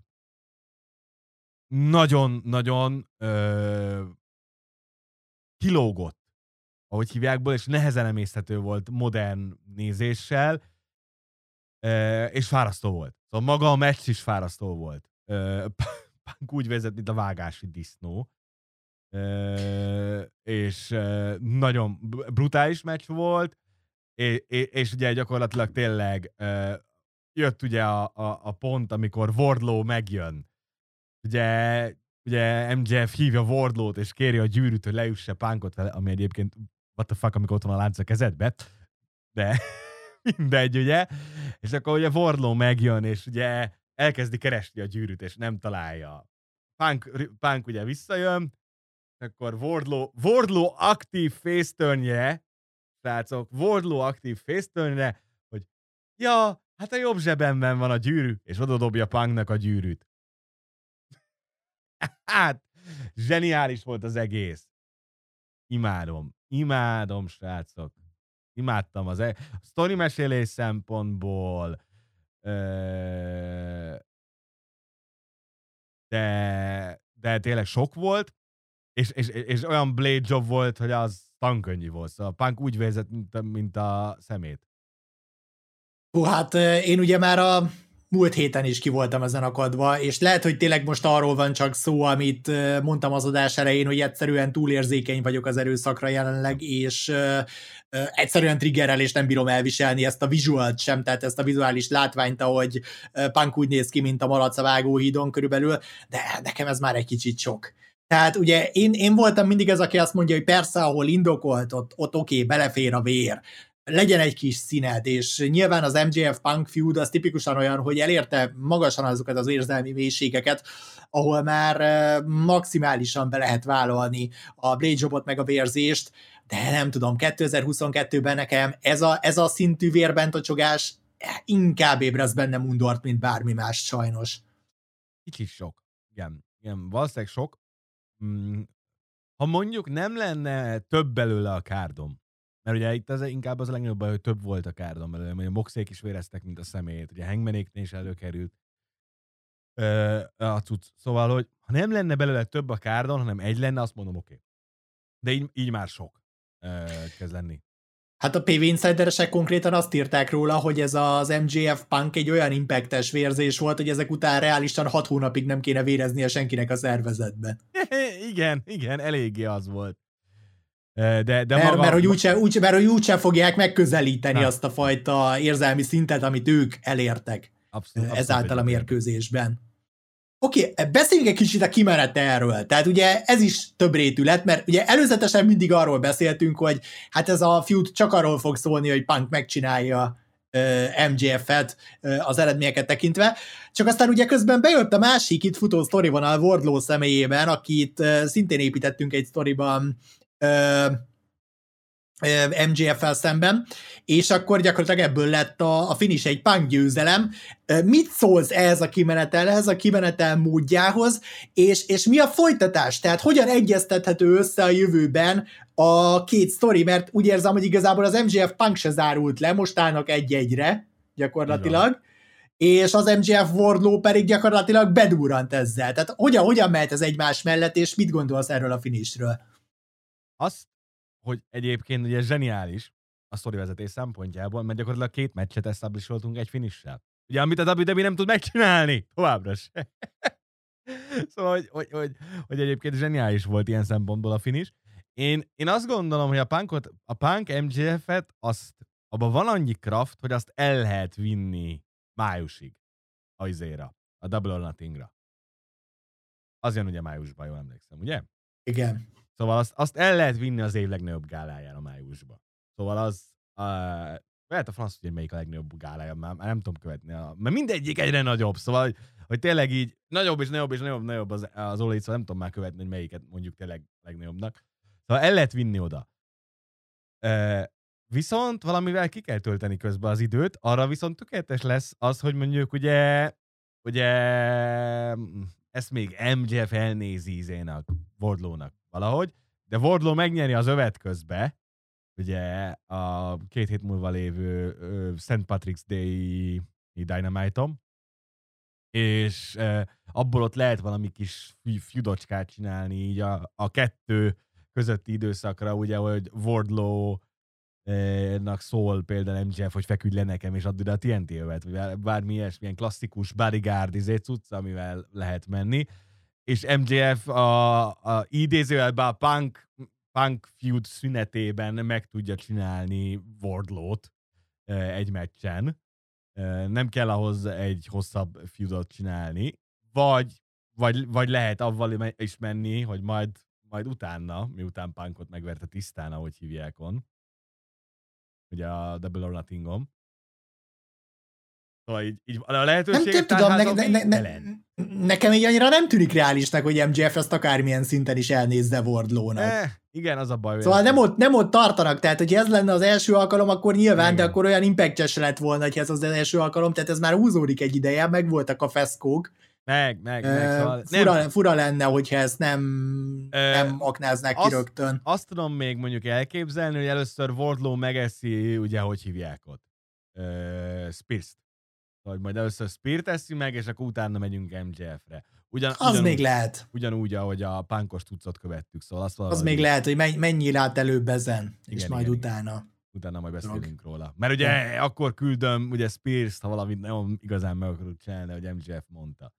nagyon-nagyon ö, kilógott, ahogy hívjákból, és nehezen emészthető volt modern nézéssel, ö, és fárasztó volt. Szóval maga a meccs is fárasztó volt. Ö, Punk úgy vezet, mint a vágási disznó. Ö, és ö, nagyon brutális meccs volt, és, és ugye gyakorlatilag tényleg ö, jött ugye a, a, a pont, amikor Wardlow megjön. Ugye, ugye em gé ef hívja Wardlow-t, és kéri a gyűrűt, hogy leüsse Punkot vele, ami egyébként what the fuck, amikor ott van a lánc a kezedbe, de mindegy, ugye? És akkor ugye Wardlow megjön, és ugye elkezdi keresni a gyűrűt, és nem találja. Punk, Punk ugye visszajön, és akkor Wardlow, Wardlow aktív face-turnje, srácok, Wardlow aktív face-turnje, hogy ja, hát a jobb zsebemben van a gyűrű, és oda dobja Punknak a gyűrűt. Hát, zseniális volt az egész. Imádom. Imádom, srácok. Imádtam az e- a sztori mesélés szempontból, de, de tényleg sok volt, és, és, és olyan blade job volt, hogy az tankönnyű volt. Szóval a Punk úgy vezet, mint, mint a szemét. Hú, hát én ugye már a múlt héten is ki voltam ezen akadva, és lehet, hogy tényleg most arról van csak szó, amit mondtam az adás elején, hogy egyszerűen túlérzékeny vagyok az erőszakra jelenleg, és uh, uh, egyszerűen triggerel, és nem bírom elviselni ezt a visualt sem, tehát ezt a vizuális látványt, ahogy uh, Punk úgy néz ki, mint a malac a vágóhídon körülbelül, de nekem ez már egy kicsit sok. Tehát ugye én, én voltam mindig ez, aki azt mondja, hogy persze, ahol indokolt, ott, ott oké, okay, belefér a vér. Legyen egy kis színed, és nyilván az em gé ef Punk feud az tipikusan olyan, hogy elérte magasan azokat az érzelmi mélységeket, ahol már maximálisan be lehet vállalni a blade jobot meg a vérzést, de nem tudom, kétezer-huszonkettőben nekem ez a, ez a szintű vérbentocsogás inkább ébreszt bennem undort, mint bármi más, sajnos. Kicsit sok. Igen, igen, valószínűleg sok. Ha mondjuk nem lenne több belőle a kárdom, mert ugye itt az, inkább az a legnagyobb baj, hogy több volt a kárdom belőle, mert a Moxék is véreztek, mint a szemét, ugye Hangmanéknél is előkerült ö, a cucc. Szóval, hogy ha nem lenne belőle több a kárdon, hanem egy lenne, azt mondom, oké. Okay. De így, így már sok ö, kezd lenni. Hát a pé vé Insideresek konkrétan azt írták róla, hogy ez az em gé ef Punk egy olyan impactes vérzés volt, hogy ezek után reálisan hat hónapig nem kéne véreznie senkinek a szervezetben. igen, igen, eléggé az volt. De, de mert, maga... mert, hogy úgyse, úgy, mert hogy úgyse fogják megközelíteni ha. azt a fajta érzelmi szintet, amit ők elértek abszolút, ezáltal abszolút a mérkőzésben. Oké, okay, beszéljünk egy kicsit a kimenete erről. Tehát ugye ez is több rétű lett, mert ugye előzetesen mindig arról beszéltünk, hogy hát ez a feud csak arról fog szólni, hogy Punk megcsinálja em jé ef-et az eredményeket tekintve. Csak aztán ugye közben bejött a másik itt futó sztorivonal Wardlow személyében, akit szintén építettünk egy sztoriban em jé ef-fel szemben, és akkor gyakorlatilag ebből lett a, a finish egy Punk győzelem. Mit szólsz ehhez a kimenetelhez, a kimenetel módjához, és, és mi a folytatás? Tehát hogyan egyeztethető össze a jövőben a két sztori, mert úgy érzem, hogy igazából az em jé ef Punk se zárult le, most állnak egy-egyre gyakorlatilag, igen. És az em jé ef Wardlow pedig gyakorlatilag bedurrant ezzel. Tehát hogyan, hogyan mehet ez egymás mellett, és mit gondolsz erről a finishről? Azt, hogy egyébként ugye zseniális a sztorivezetés szempontjából, mert gyakorlatilag két meccset establisholtunk egy finissel. Ugye, amit a dupla vé dupla vé nem tud megcsinálni, továbbra se. Szóval, hogy, hogy, hogy, hogy egyébként zseniális volt ilyen szempontból a finish. Én, én azt gondolom, hogy a Punkot, a Punk em jé ef-et, azt, abban van annyi kraft, hogy azt el lehet vinni májusig a izéra, a Double or Nothingra. Az jön ugye májusban, jól emlékszem, ugye? Igen. Szóval azt, azt el lehet vinni az év legnagyobb gálájára májusba. Szóval az, uh, lehet a franc, hogy melyik a legnagyobb gálája, már, már nem tudom követni, a, mert mindegyik egyre nagyobb, szóval, hogy, hogy tényleg így nagyobb és nagyobb és nagyobb, nagyobb az, az olét, szóval nem tudom már követni, hogy melyiket mondjuk tényleg legnagyobbnak. Szóval el lehet vinni oda. Uh, viszont valamivel ki kell tölteni közben az időt, arra viszont tökéletes lesz az, hogy mondjuk ugye, ugye ezt még em jé ef elnézi izénak, Wardlownak valahogy, de Wardlow megnyeri az övet közbe, ugye a két hét múlva lévő uh, Saint Patrick's Day Dynamite-om, és uh, abból ott lehet valami kis feudocskát csinálni így a, a kettő közötti időszakra, ugye, hogy Wardlow-nak szól például em jé ef, hogy feküdj le nekem, és add ide a té en té-övet, vagy bármi ilyesmilyen klasszikus bodyguard izé cucc, amivel lehet menni. És em jé ef a, a idézőjelben a punk, punk feud szünetében meg tudja csinálni Wardlow-t egy meccsen. Nem kell ahhoz egy hosszabb feudot csinálni. Vagy, vagy, vagy lehet avval is menni, hogy majd, majd utána, miután Punkot megverte tisztán, ahogy hívják on. Ugye a Double or Nothing-om. Szóval így, így a lehetőséget nem tudom, ne, ne, ne, ne, nekem így annyira nem tűnik reálisnak, hogy em jé ef ezt akármilyen szinten is elnézze Wardlow-nak. Eh, igen, az a baj. Szóval nem ott, nem ott tartanak, tehát hogy ez lenne az első alkalom, akkor nyilván, igen. De akkor olyan impactjes lett volna, hogy ez az első alkalom, tehát ez már húzódik egy ideje, meg voltak a feszkók. Meg, meg, meg. Uh, szóval fura, nem. fura lenne, hogyha ezt nem, uh, nem aknáznák ki azt, rögtön. Azt tudom még mondjuk elképzelni, hogy először Wardlow megeszi, ugye, hogy hívják ott? Uh, Spears-t. Hogy majd először Spear teszi meg, és akkor utána megyünk em jé ef-re. Ugyan, az ugyanúgy, még lehet. Ugyanúgy, ahogy a Punkos tucot követtük. Szóval azt az még lehet, hogy mennyi lát előbb ezen, igen, és igen, majd igen, utána. Igen. Utána majd beszélünk Drog. róla. Mert ugye ja. akkor küldöm ugye Spears-t, ha valamit nem igazán meg akarod csinálni, hogy em jé ef mondta.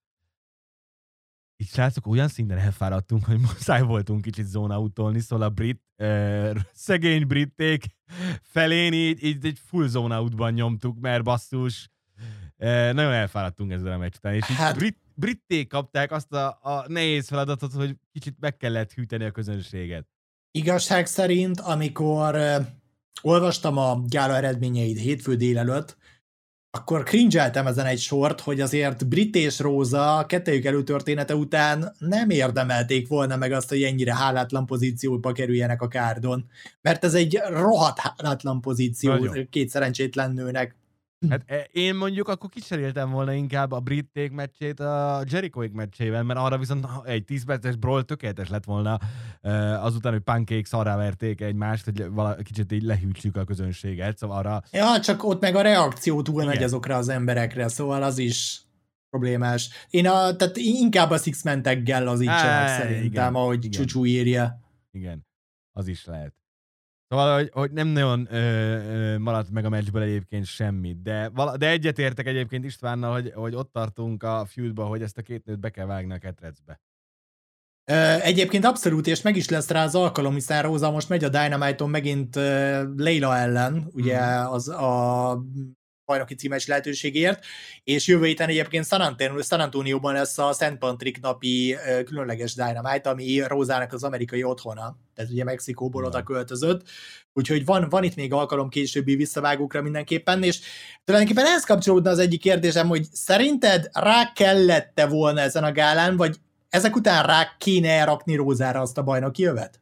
Itt srácok, olyan szinten elfáradtunk, hogy muszáj voltunk kicsit zónautolni, szóval a brit, uh, szegény briték felén így, így egy full zónautban nyomtuk, mert basszus, Eh, nagyon elfáradtunk ezzel a meccs után, és hát, így brit, britték kapták azt a, a nehéz feladatot, hogy kicsit meg kellett hűteni a közönséget. Igazság szerint, amikor uh, olvastam a gála eredményeit hétfő délelőtt, akkor cringe-eltem ezen egy sort, hogy azért Brit és Róza kettejük előtörténete után nem érdemelték volna meg azt, hogy ennyire hálátlan pozícióba kerüljenek a kárdon. Mert ez egy rohadt hálátlan pozíció nagyon. Két szerencsétlen nőnek. Hát én mondjuk akkor kicseréltem volna inkább a Britték meccsét a Jerichoik meccsével, mert arra viszont egy tíz perces brawl tökéletes lett volna azután, hogy Pancake szarrá verték egymást, hogy vala, kicsit így lehűtsük a közönséget, szóval arra... Ja, csak ott meg a reakció túl nagy azokra az emberekre, szóval az is problémás. Én a, tehát inkább a Six-Man taggel lazítsanak szerintem, igen, ahogy igen. Csúcsú írja. Igen, az is lehet. Szóval, hogy, hogy nem nagyon ö, ö, maradt meg a meccsből egyébként semmit, de, vala, de egyetértek egyébként Istvánnal, hogy, hogy ott tartunk a feudba, hogy ezt a két nőt be kell vágni a ketrecbe. Egyébként abszolút, és meg is lesz rá az alkalom, hiszen Róza most megy a Dynamite-on megint uh, Layla ellen, ugye az a bajnoki címes lehetőségért, és jövő héten egyébként San, Antonio, San Antonióban lesz a Szent Patrick napi uh, különleges Dynamite, ami Rózának az amerikai otthona, tehát ugye Mexikóból oda költözött, úgyhogy van, van itt még alkalom későbbi visszavágókra mindenképpen, és tulajdonképpen ehhez kapcsolódna az egyik kérdésem, hogy szerinted rá kellett-e volna ezen a gálán, vagy ezek után rá kéne elrakni Rózára azt a bajnoki jövet?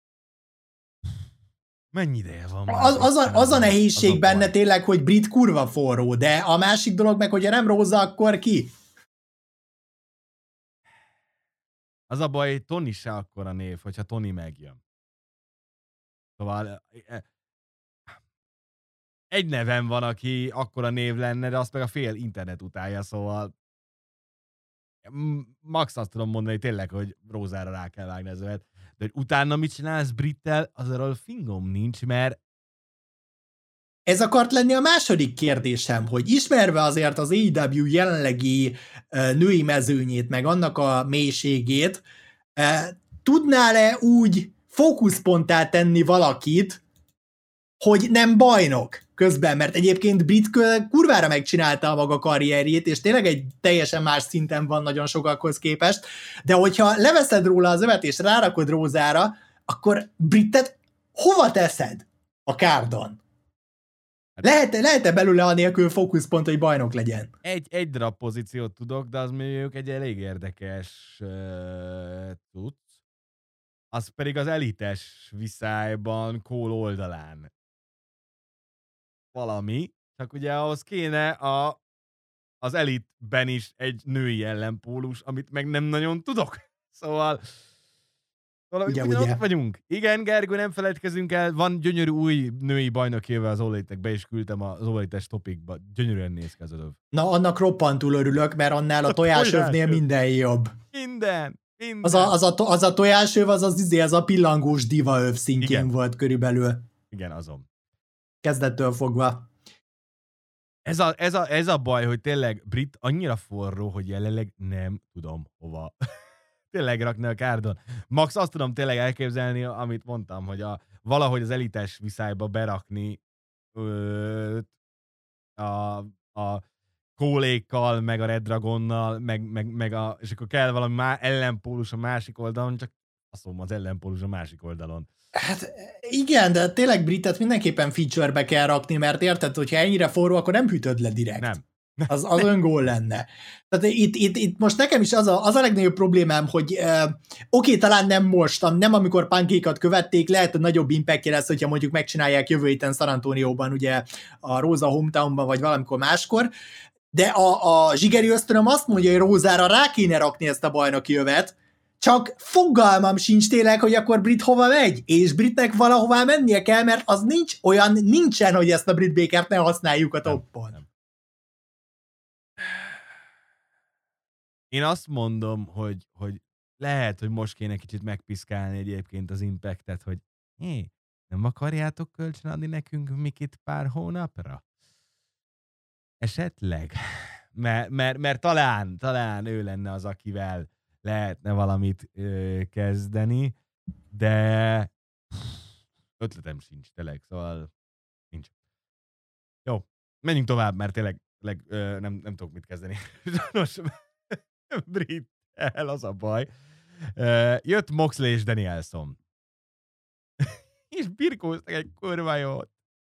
Mennyi ideje van? Az, az, a, az a nehézség az a benne baj. tényleg, hogy brit kurva forró, de a másik dolog meg, hogyha nem Róza, akkor ki? Az a baj, Tony se akkora név, hogyha Tony megjön. Szóval egy nevem van, aki akkora név lenne, de azt meg a fél internet utálja, szóval max azt tudom mondani tényleg, hogy Rózára rá kell vágni ez övet. De hogy utána mit csinálsz Brittel, azról fingom nincs, mert ez akart lenni a második kérdésem, hogy ismerve azért az á e dupla vé jelenlegi uh, női mezőnyét, meg annak a mélységét, uh, tudnál-e úgy fókuszponttá tenni valakit, hogy nem bajnok közben, mert egyébként Brit kurvára megcsinálta a maga karrierjét, és tényleg egy teljesen más szinten van nagyon sokakhoz képest, de hogyha leveszed róla az övet, és rárakod Rózára, akkor Britet hova teszed a kárdon? Lehet-e, lehet-e belőle anélkül fókuszpont, hogy bajnok legyen? Egy, egy darab pozíciót tudok, de az mondjuk egy elég érdekes uh, tudsz. Az pedig az elites viszályban Cole oldalán. Valami, csak ugye ahhoz kéne a, az elitben is egy női ellenpólus, amit meg nem nagyon tudok. Szóval valami ugye, ugye. Ott vagyunk. Igen, Gergő, nem feledkezünk el, van gyönyörű új női bajnoki jöve az All-Elite-nek, be is küldtem az All-Elite-es topikba. Gyönyörűen néz ki az öv. Na, annak roppantul örülök, mert annál a, a tojásövnél minden jobb. Minden, minden. Az a, az a, az a tojásöv, az az izé, az a pillangós divaöv szintjén igen. volt körülbelül. Igen, azon. Kezdettől fogva. Ez a, ez, a, ez a baj, hogy tényleg Brit annyira forró, hogy jelenleg nem tudom hova tényleg rakni a kárdon. Max azt tudom tényleg elképzelni, amit mondtam, hogy a, valahogy az elites viszályba berakni ö, a, a Kólékkal, meg a Red Dragonnal, meg, meg, meg a, és akkor kell valami má, ellenpólus a másik oldalon, csak azt mondom, az ellenpólus a másik oldalon. Hát igen, de tényleg Britet mindenképpen feature-be kell rakni, mert érted, hogyha ennyire forró, akkor nem hűtöd le direkt. Nem. Az, az öngól lenne. Tehát itt, itt, itt most nekem is az a, az a legnagyobb problémám, hogy uh, oké, okay, talán nem most, nem amikor Pankékat követték, lehet, hogy nagyobb impactje lesz, hogyha mondjuk megcsinálják jövő héten San Antonióban, ugye a Róza hometownban, vagy valamikor máskor, de a, a zsigeri ösztönöm azt mondja, hogy Rózára rá kéne rakni ezt a bajnoki jövet, csak fogalmam sincs tényleg, hogy akkor Brit hova megy, és Britnek valahová mennie kell, mert az nincs olyan, nincsen, hogy ezt a Brit Bakert ne használjuk a toppon. Nem, nem. Én azt mondom, hogy, hogy lehet, hogy most kéne kicsit megpiszkálni egyébként az impactet, hogy hé, nem akarjátok kölcsön adni nekünk Mikit pár hónapra? Esetleg. Mert, mert, mert talán, talán ő lenne az, akivel lehetne valamit ö, kezdeni, de ötletem sincs, tényleg, szóval nincs. Jó, menjünk tovább, mert tényleg, tényleg ö, nem, nem tudok mit kezdeni. Nos, Brit el, az a baj. Uh, jött Moxley és Danielson. És birkóztak egy kurva jót.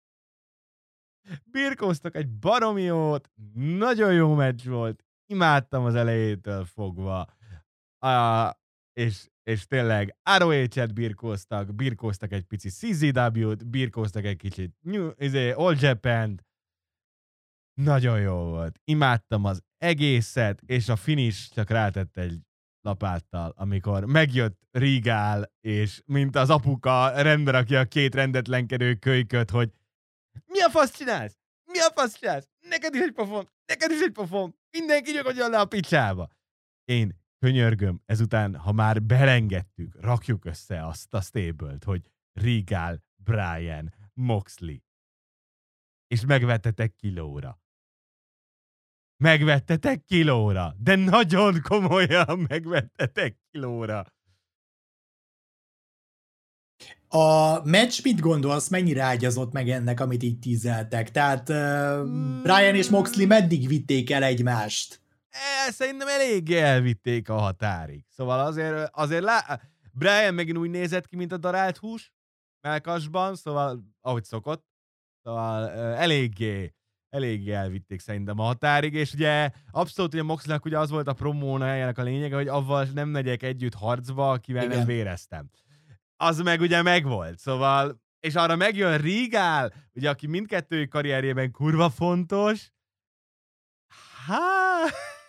Birkóztak egy baromi jót. Nagyon jó meccs volt. Imádtam az elejétől fogva. Uh, és, és tényleg er o há-et birkóztak, birkóztak egy pici cé zé dupla vé-t, birkóztak egy kicsit New, izé, All Japan-t. Nagyon jó volt. Imádtam az egészet, és a finish csak rátett egy lapáttal, amikor megjött Rigál, és mint az apuka rendbe rakja a két rendetlenkedő kölyköt, hogy mi a fasz csinálsz? Mi a fasz csinálsz? Neked is egy pofon, neked is egy pofon, mindenki nyugodjon le a picsába. Én könyörgöm, ezután, ha már belengedtük, rakjuk össze azt a stable-t, hogy Rigál, Bryan, Moxley, és megvettetek kilóra. Megvettetek kilóra, de nagyon komolyan megvettetek kilóra. A match, mit gondolsz, mennyire ágyazott meg ennek, amit így tízeltek? Tehát uh, Brian és Moxley meddig vitték el egymást? E, szerintem eléggé elvitték a határig. Szóval azért, azért lá... Brian megint úgy nézett ki, mint a darált hús mellkasban, szóval ahogy szokott. Szóval uh, eléggé, eléggé elvitték szerintem a határig, és ugye abszolút ugye Moxleynek ugye az volt a promónájának a lényege, hogy avval nem megyek együtt harcba, akivel Igen. nem véreztem. Az meg ugye megvolt, szóval, és arra megjön Regal, ugye, aki mindkettőjük karrierjében kurva fontos. Há...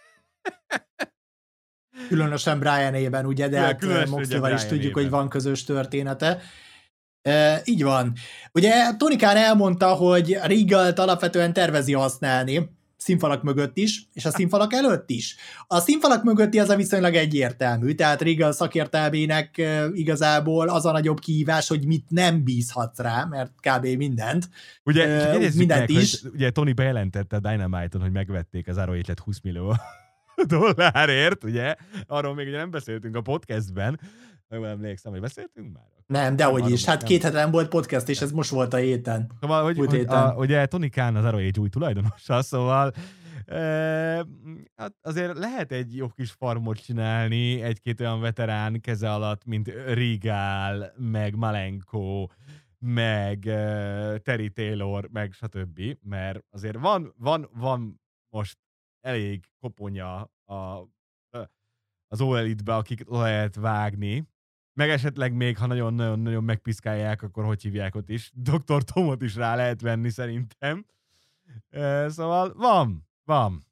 Különösen Brian-ében, ugye, de hát Moxley-val is tudjuk, hogy van közös története. E, így van. Ugye Tony Khan elmondta, hogy Regalt alapvetően tervezi használni, színfalak mögött is, és a színfalak előtt is. A színfalak mögötti az a viszonylag egyértelmű, tehát Regal szakértelmének igazából az a nagyobb kihívás, hogy mit nem bízhatsz rá, mert kb. mindent. Ugye, uh, mindent meg, is. Hogy, ugye Tony bejelentette a Dynamite-on, hogy megvették az Arrowhead-et húsz millió dollárért, ugye? Arról még ugye nem beszéltünk a podcastben. Meg emlékszem, hogy beszéltünk már? Nem, dehogy is. Hát két heten volt podcast, és ez most volt a héten. Szóval, hogy, hogy a, ugye Tony Khan az Arrowhead új tulajdonosa, szóval e, hát azért lehet egy jó kis farmot csinálni egy-két olyan veterán keze alatt, mint Regal, meg Malenko, meg e, Terry Taylor, meg stb. Mert azért van, van, van most elég koponya a, az All Elite-be, akik lehet vágni. Meg esetleg még, ha nagyon-nagyon megpiszkálják, akkor hogy hívják ott is. doktor Tomot is rá lehet venni szerintem. Szóval van, van.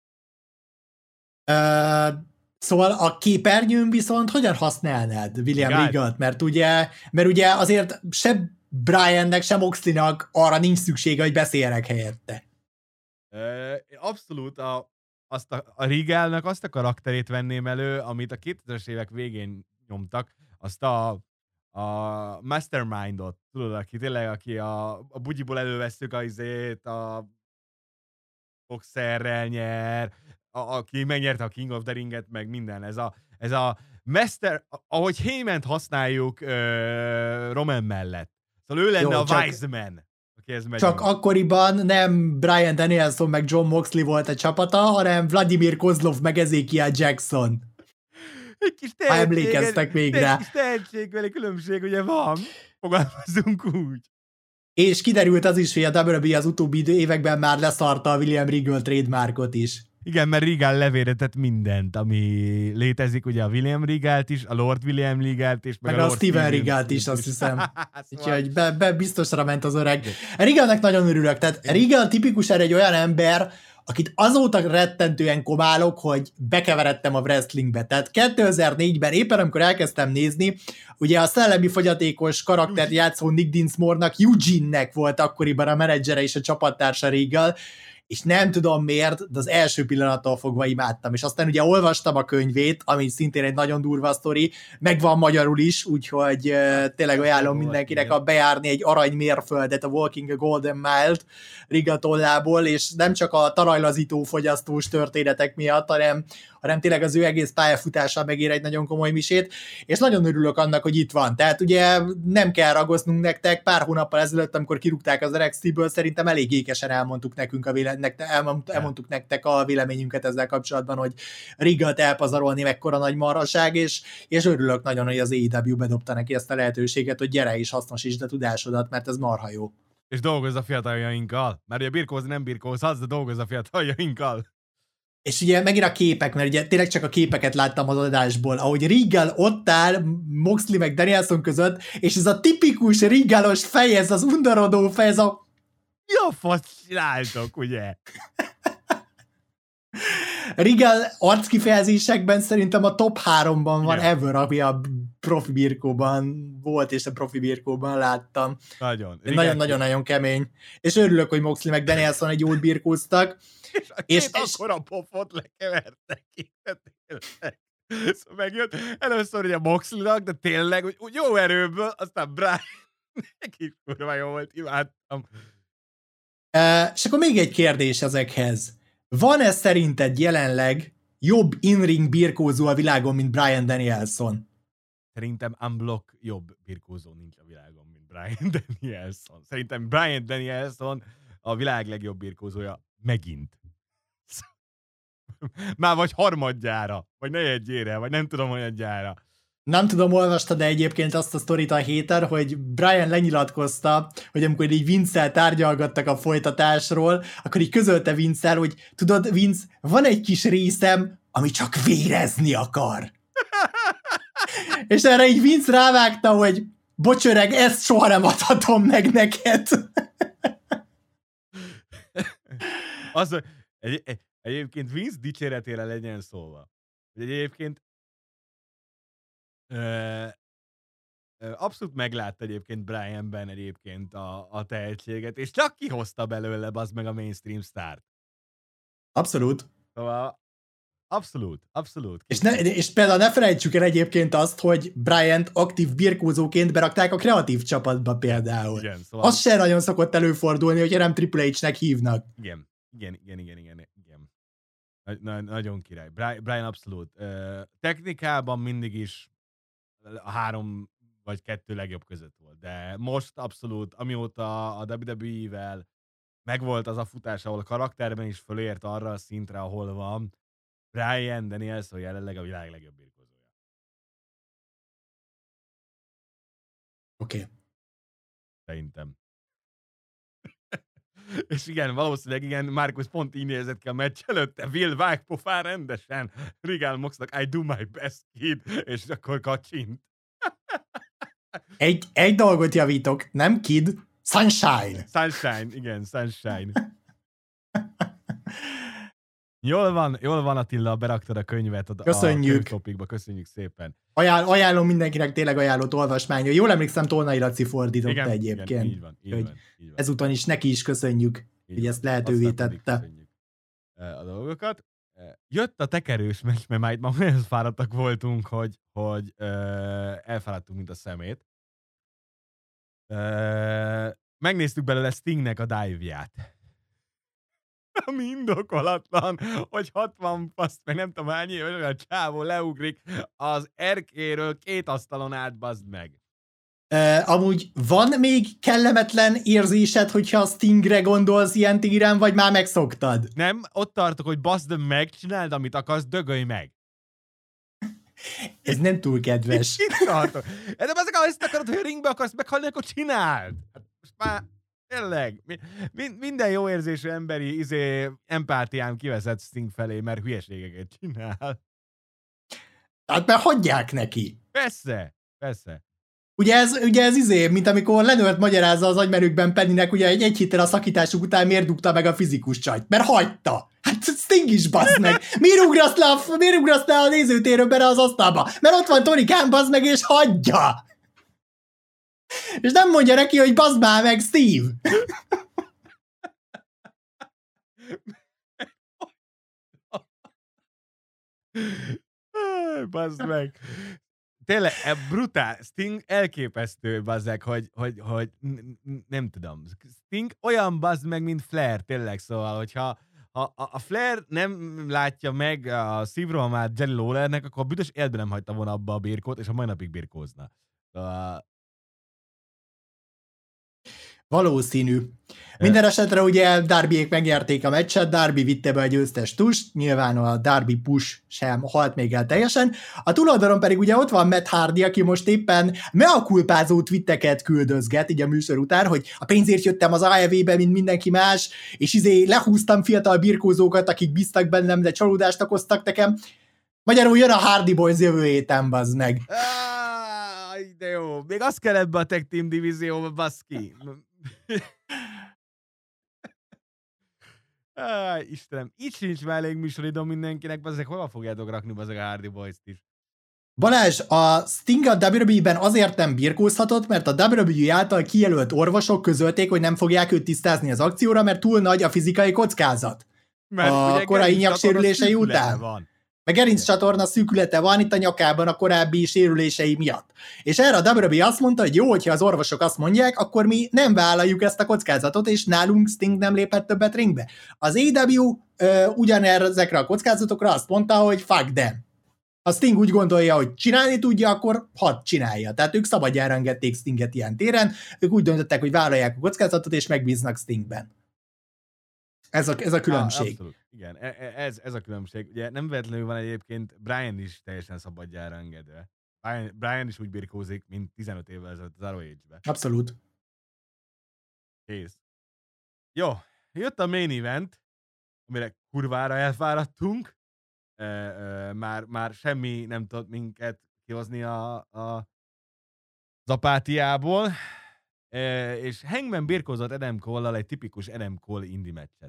Uh, szóval a képernyőn viszont hogyan használnád William Regalt? Mert ugye, mert ugye azért se Briannek, se Moxleynak arra nincs szüksége, hogy beszéljenek helyette. Uh, abszolút a, azt a, a Regalnak azt a karakterét venném elő, amit a kétezres évek végén nyomtak, azt a, a Mastermindot, tudod, aki tényleg, aki a, a bugyiból elővesszük a izét, a boxerrel nyer, a, aki megnyerte a King of the Ringet, meg minden. Ez a, ez a Master, ahogy Heyment használjuk uh, Roman mellett. Szóval ő lenne Jó, a csak, Wiseman. Aki ez megy csak akkoriban nem Bryan Danielson meg John Moxley volt a csapata, hanem Vladimir Kozlov meg Ezekiel Jackson. Egy kis tehetség, ha emlékeztek még rá. Egy kis tehetségbeli különbség ugye van, fogalmazunk úgy. És kiderült az is, hogy a dupla vé dupla vé az utóbbi években már leszarta a William Regal trademarkot is. Igen, mert Regal levéretett mindent, ami létezik, ugye a William Regalt is, a Lord William Regalt is, meg, meg a, a Steven Regalt is, azt hiszem. Úgyhogy be, be biztosra ment az öreg. Regalnek nagyon örülök, tehát Regal tipikusan egy olyan ember, akit azóta rettentően komálok, hogy bekeveredtem a wrestlingbe. Tehát kétezer-négyben éppen amikor elkezdtem nézni, ugye a szellemi fogyatékos karaktert játszó Nick Dinsmore-nak, Eugene-nek volt akkoriban a menedzsere és a csapattársa Regal, és nem tudom miért, de az első pillanattól fogva imádtam. És aztán ugye olvastam a könyvét, ami szintén egy nagyon durva sztori, megvan magyarul is, úgyhogy uh, tényleg ajánlom mindenkinek a bejárni egy aranymérföldet, a Walking a Golden Mile-t Regal tollából, és nem csak a talajlazító fogyasztós történetek miatt, hanem, hanem tényleg az ő egész pályafutással megér egy nagyon komoly misét, és nagyon örülök annak, hogy itt van. Tehát ugye nem kell ragosznunk nektek, pár hónappal ezelőtt, amikor kirúgták az en iksz té-ből, szerintem elég ékesen elmondtuk nekünk a véle- nektek, elmond, elmondtuk nektek a véleményünket ezzel kapcsolatban, hogy Regalt elpazarolni mekkora nagy marhaság, és, és örülök nagyon, hogy az á é dupla vé bedobta neki ezt a lehetőséget, hogy gyere és hasznosítsd a tudásodat, mert ez marha jó. És dolgozz a fiataljainkkal, mert ugye birkózni nem birkózhatsz, de dolgozz a fiataljainkkal. És ugye megint a képek, mert ugye tényleg csak a képeket láttam az adásból, ahogy Regal ott áll Moxley meg Danielson között, és ez a tipikus Regalos fej, ez az undorodó fej, ez a... Jó fasz csináltok, ugye? Regal arckifejezésekben szerintem a top háromban van yeah. ever, ami a profi birkóban volt, és a profi birkóban láttam. Nagyon. Nagyon-nagyon-nagyon kemény. És örülök, hogy Moxley meg Danielson egy jót birkóztak. És a két és, akkora pofot lekevertek ki. Szóval megjött először ugye Moxleynak, de tényleg hogy jó erőből, aztán Brian neki kurva jó volt, imádtam. Uh, és akkor még egy kérdés ezekhez. Van-e szerinted jelenleg jobb in-ring birkózó a világon, mint Bryan Danielson? Szerintem unblock jobb birkózó nincs a világon, mint Bryan Danielson. Szerintem Bryan Danielson a világ legjobb birkózója megint. Már vagy harmadjára, vagy negyedjére, vagy nem tudom, hogyanjára. Nem tudom, olvastad, de egyébként azt a sztorit a héten, hogy Bryan lenyilatkozta, hogy amikor így Vince-el tárgyalgattak a folytatásról, akkor így közölte Vince-el, hogy tudod, Vince, van egy kis részem, ami csak vérezni akar. És erre így Vince rávágta, hogy bocs öreg, ezt soha nem adhatom meg neked. Az, egy, egy, egyébként Vince dicséretére legyen szólva. Hogy egyébként ö, ö, abszolút meglátta egyébként Bryanben egyébként a, a tehetséget, és csak kihozta belőle az meg a mainstream sztárt. Abszolút. Szóval abszolút, abszolút. És, ne, és például ne felejtsük el egyébként azt, hogy Bryant aktív birkózóként berakták a kreatív csapatba például. Igen, szóval... Az sem nagyon szokott előfordulni, hogyha nem Triple H-nek hívnak. Igen, igen, igen, igen, igen. igen. Nagy, nagy, nagyon király. Bryan abszolút. Uh, technikában mindig is a három vagy kettő legjobb között volt, de most abszolút, amióta a dupla vé dupla é-vel megvolt az a futás, ahol a karakterben is fölért arra a szintre, ahol van, Bryan Danielson jelenleg a világ legjobb birkózója. Oké. Okay. Szerintem. És igen, valószínűleg igen, Marcus pont így nézett ki a meccs előtte, Will vág pofán rendesen, Regal Moxnak I do my best kid, és akkor kacsint. Egy, egy dolgot javítok, nem kid, Sunshine. Sunshine, igen, Sunshine. Jól van, jól van Attila, beraktad a könyvet a, köszönjük. a könyvtopikba, köszönjük szépen. Ajánl, ajánlom mindenkinek tényleg ajánlott olvasmány. Jól emlékszem, Tolnai Laci fordította igen, egyébként. Igen, így van, így van, így van. Ezúton is neki is köszönjük, így hogy van. Ezt lehetővé tette. A dolgokat. Jött a tekerős meccs, mert már itt ma olyan fáradtak voltunk, hogy, hogy uh, elfáradtunk, mint a szemét. Uh, megnéztük belőle Stingnek a dive-ját. Ami indokolatlan, hogy hatvan paszt, meg nem tudom hány éves, a csávó leugrik az erkéről két asztalon át, bazd meg. Uh, amúgy van még kellemetlen érzésed, hogyha a Stingre gondolsz ilyen tíren, vagy már megszoktad? Nem, ott tartok, hogy baszd meg, csináld, amit akarsz, dögölj meg. Ez nem túl kedves. Itt tartok. De azok, ha ezt akarod, hogy ringbe akarsz meghalni, akkor csináld. Hát most már tényleg, mi, minden jó érzésű emberi izé, empátiám kiveszett Sting felé, mert hülyeségeket csinál. Hát mert hagyják neki. Persze, persze. Ugye ez, ugye ez izé, mint amikor Lenőrt magyarázza az agymerőkben Pennynek, ugye egy, egy héttel a szakításuk után miért dugta meg a fizikus csajt? Mert hagyta. Hát Sting is, bazd meg. Miért ugrasz le a, miért ugrasz le a nézőtérről bele az asztalba? Mert ott van Tony Khan, bazd meg, és hagyja. És nem mondja neki, hogy bazd már meg, Steve. Bazd meg. Tényleg, brutál. Sting elképesztő, bazzeg, hogy, hogy, hogy nem tudom. Sting olyan bazd meg, mint Flair, tényleg, szóval, hogyha ha a Flair nem látja meg a szívrohamát Jerry Lawlernek, akkor büdös életben nem hagyta volna abba a birkót, és a mai napig birkózna. Szóval... Valószínű. Minden esetre ugye Darbyék megnyerték a meccset, Darby vitte be a győztes tust, nyilván a Darby push sem halt még el teljesen. A túloldalon pedig ugye ott van Matt Hardy, aki most éppen meakulpázó twitteket küldözget, így a műsor után, hogy a pénzért jöttem az á e vé-be, mint mindenki más, és izé lehúztam fiatal birkózókat, akik bíztak bennem, de csalódást okoztak nekem. Magyarul jön a Hardy Boys jövő héten, bazd meg. Ah, de jó. Még az kell ebbe a tech team divízióba, baszki. Áj, Istenem, így sincs már elég műsoridom mindenkinek, bazzeg, hova fogjátok rakni bazzeg a Hardy Boys-t is? Balázs, a Sting a dupla vé dupla é-ben azért nem birkózhatott, mert a dupla vé dupla é által kijelölt orvosok közölték, hogy nem fogják őt tisztázni az akcióra, mert túl nagy a fizikai kockázat. Mert a korai nyaksérülései után. Van. Meg gerinc csatorna szűkülete van itt a nyakában a korábbi sérülései miatt. És erre a dupla vé dupla é azt mondta, hogy jó, hogyha az orvosok azt mondják, akkor mi nem vállaljuk ezt a kockázatot, és nálunk Sting nem lépett többet ringbe. Az á e dupla vé ugyanezekre a kockázatokra azt mondta, hogy fuck them. Ha Sting úgy gondolja, hogy csinálni tudja, akkor hadd csinálja. Tehát ők szabadjára engedték Stinget ilyen téren, ők úgy döntöttek, hogy vállalják a kockázatot, és megbíznak Stingben. Ez a, ez a különbség. Ah, abszolút. Igen, ez, ez a különbség. Ugye nem véletlenül van egyébként Brian is teljesen szabadjára engedve. Brian, Brian is úgy birkózik, mint tizenöt évvel ezelőtt az R O H-be. Abszolút. Kész. Jó, jött a main event, amire kurvára elfáradtunk. E, e, már, már semmi nem tudott minket kihozni a, a, az apátiából. E, és Hangman birkózott Adam Cole-lal egy tipikus Adam Cole indie meccset.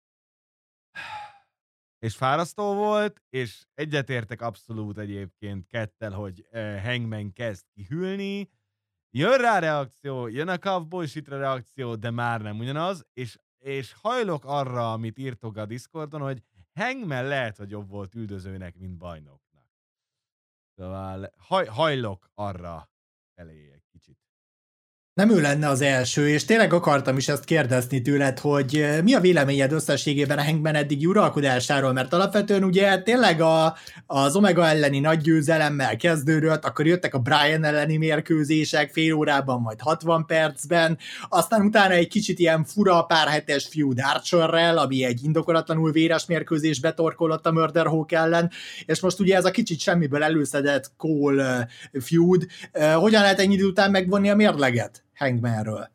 És fárasztó volt, és egyetértek abszolút egyébként Kettel, hogy uh, Hangman kezd kihűlni, jön rá reakció, jön a cowboy shitre reakció, de már nem ugyanaz, és, és hajlok arra, amit írtok a Discordon, hogy Hangman lehet, hogy jobb volt üldözőnek, mint bajnoknak. Szóval haj, hajlok arra elé egy kicsit. Nem ő lenne az első, és tényleg akartam is ezt kérdezni tőled, hogy mi a véleményed összességében a Hangman eddig uralkodásáról, mert alapvetően ugye tényleg a, az Omega elleni nagy győzelemmel kezdődött, akkor jöttek a Brian elleni mérkőzések fél órában, majd hatvan percben, aztán utána egy kicsit ilyen fura párhetes feud Archerrel, ami egy indokolatlanul véres mérkőzés betorkolott a Murder Hawk ellen, és most ugye ez a kicsit semmiből előszedett Cole feud, hogyan lehet ennyi idő után megvonni a mérleget Hangmanről?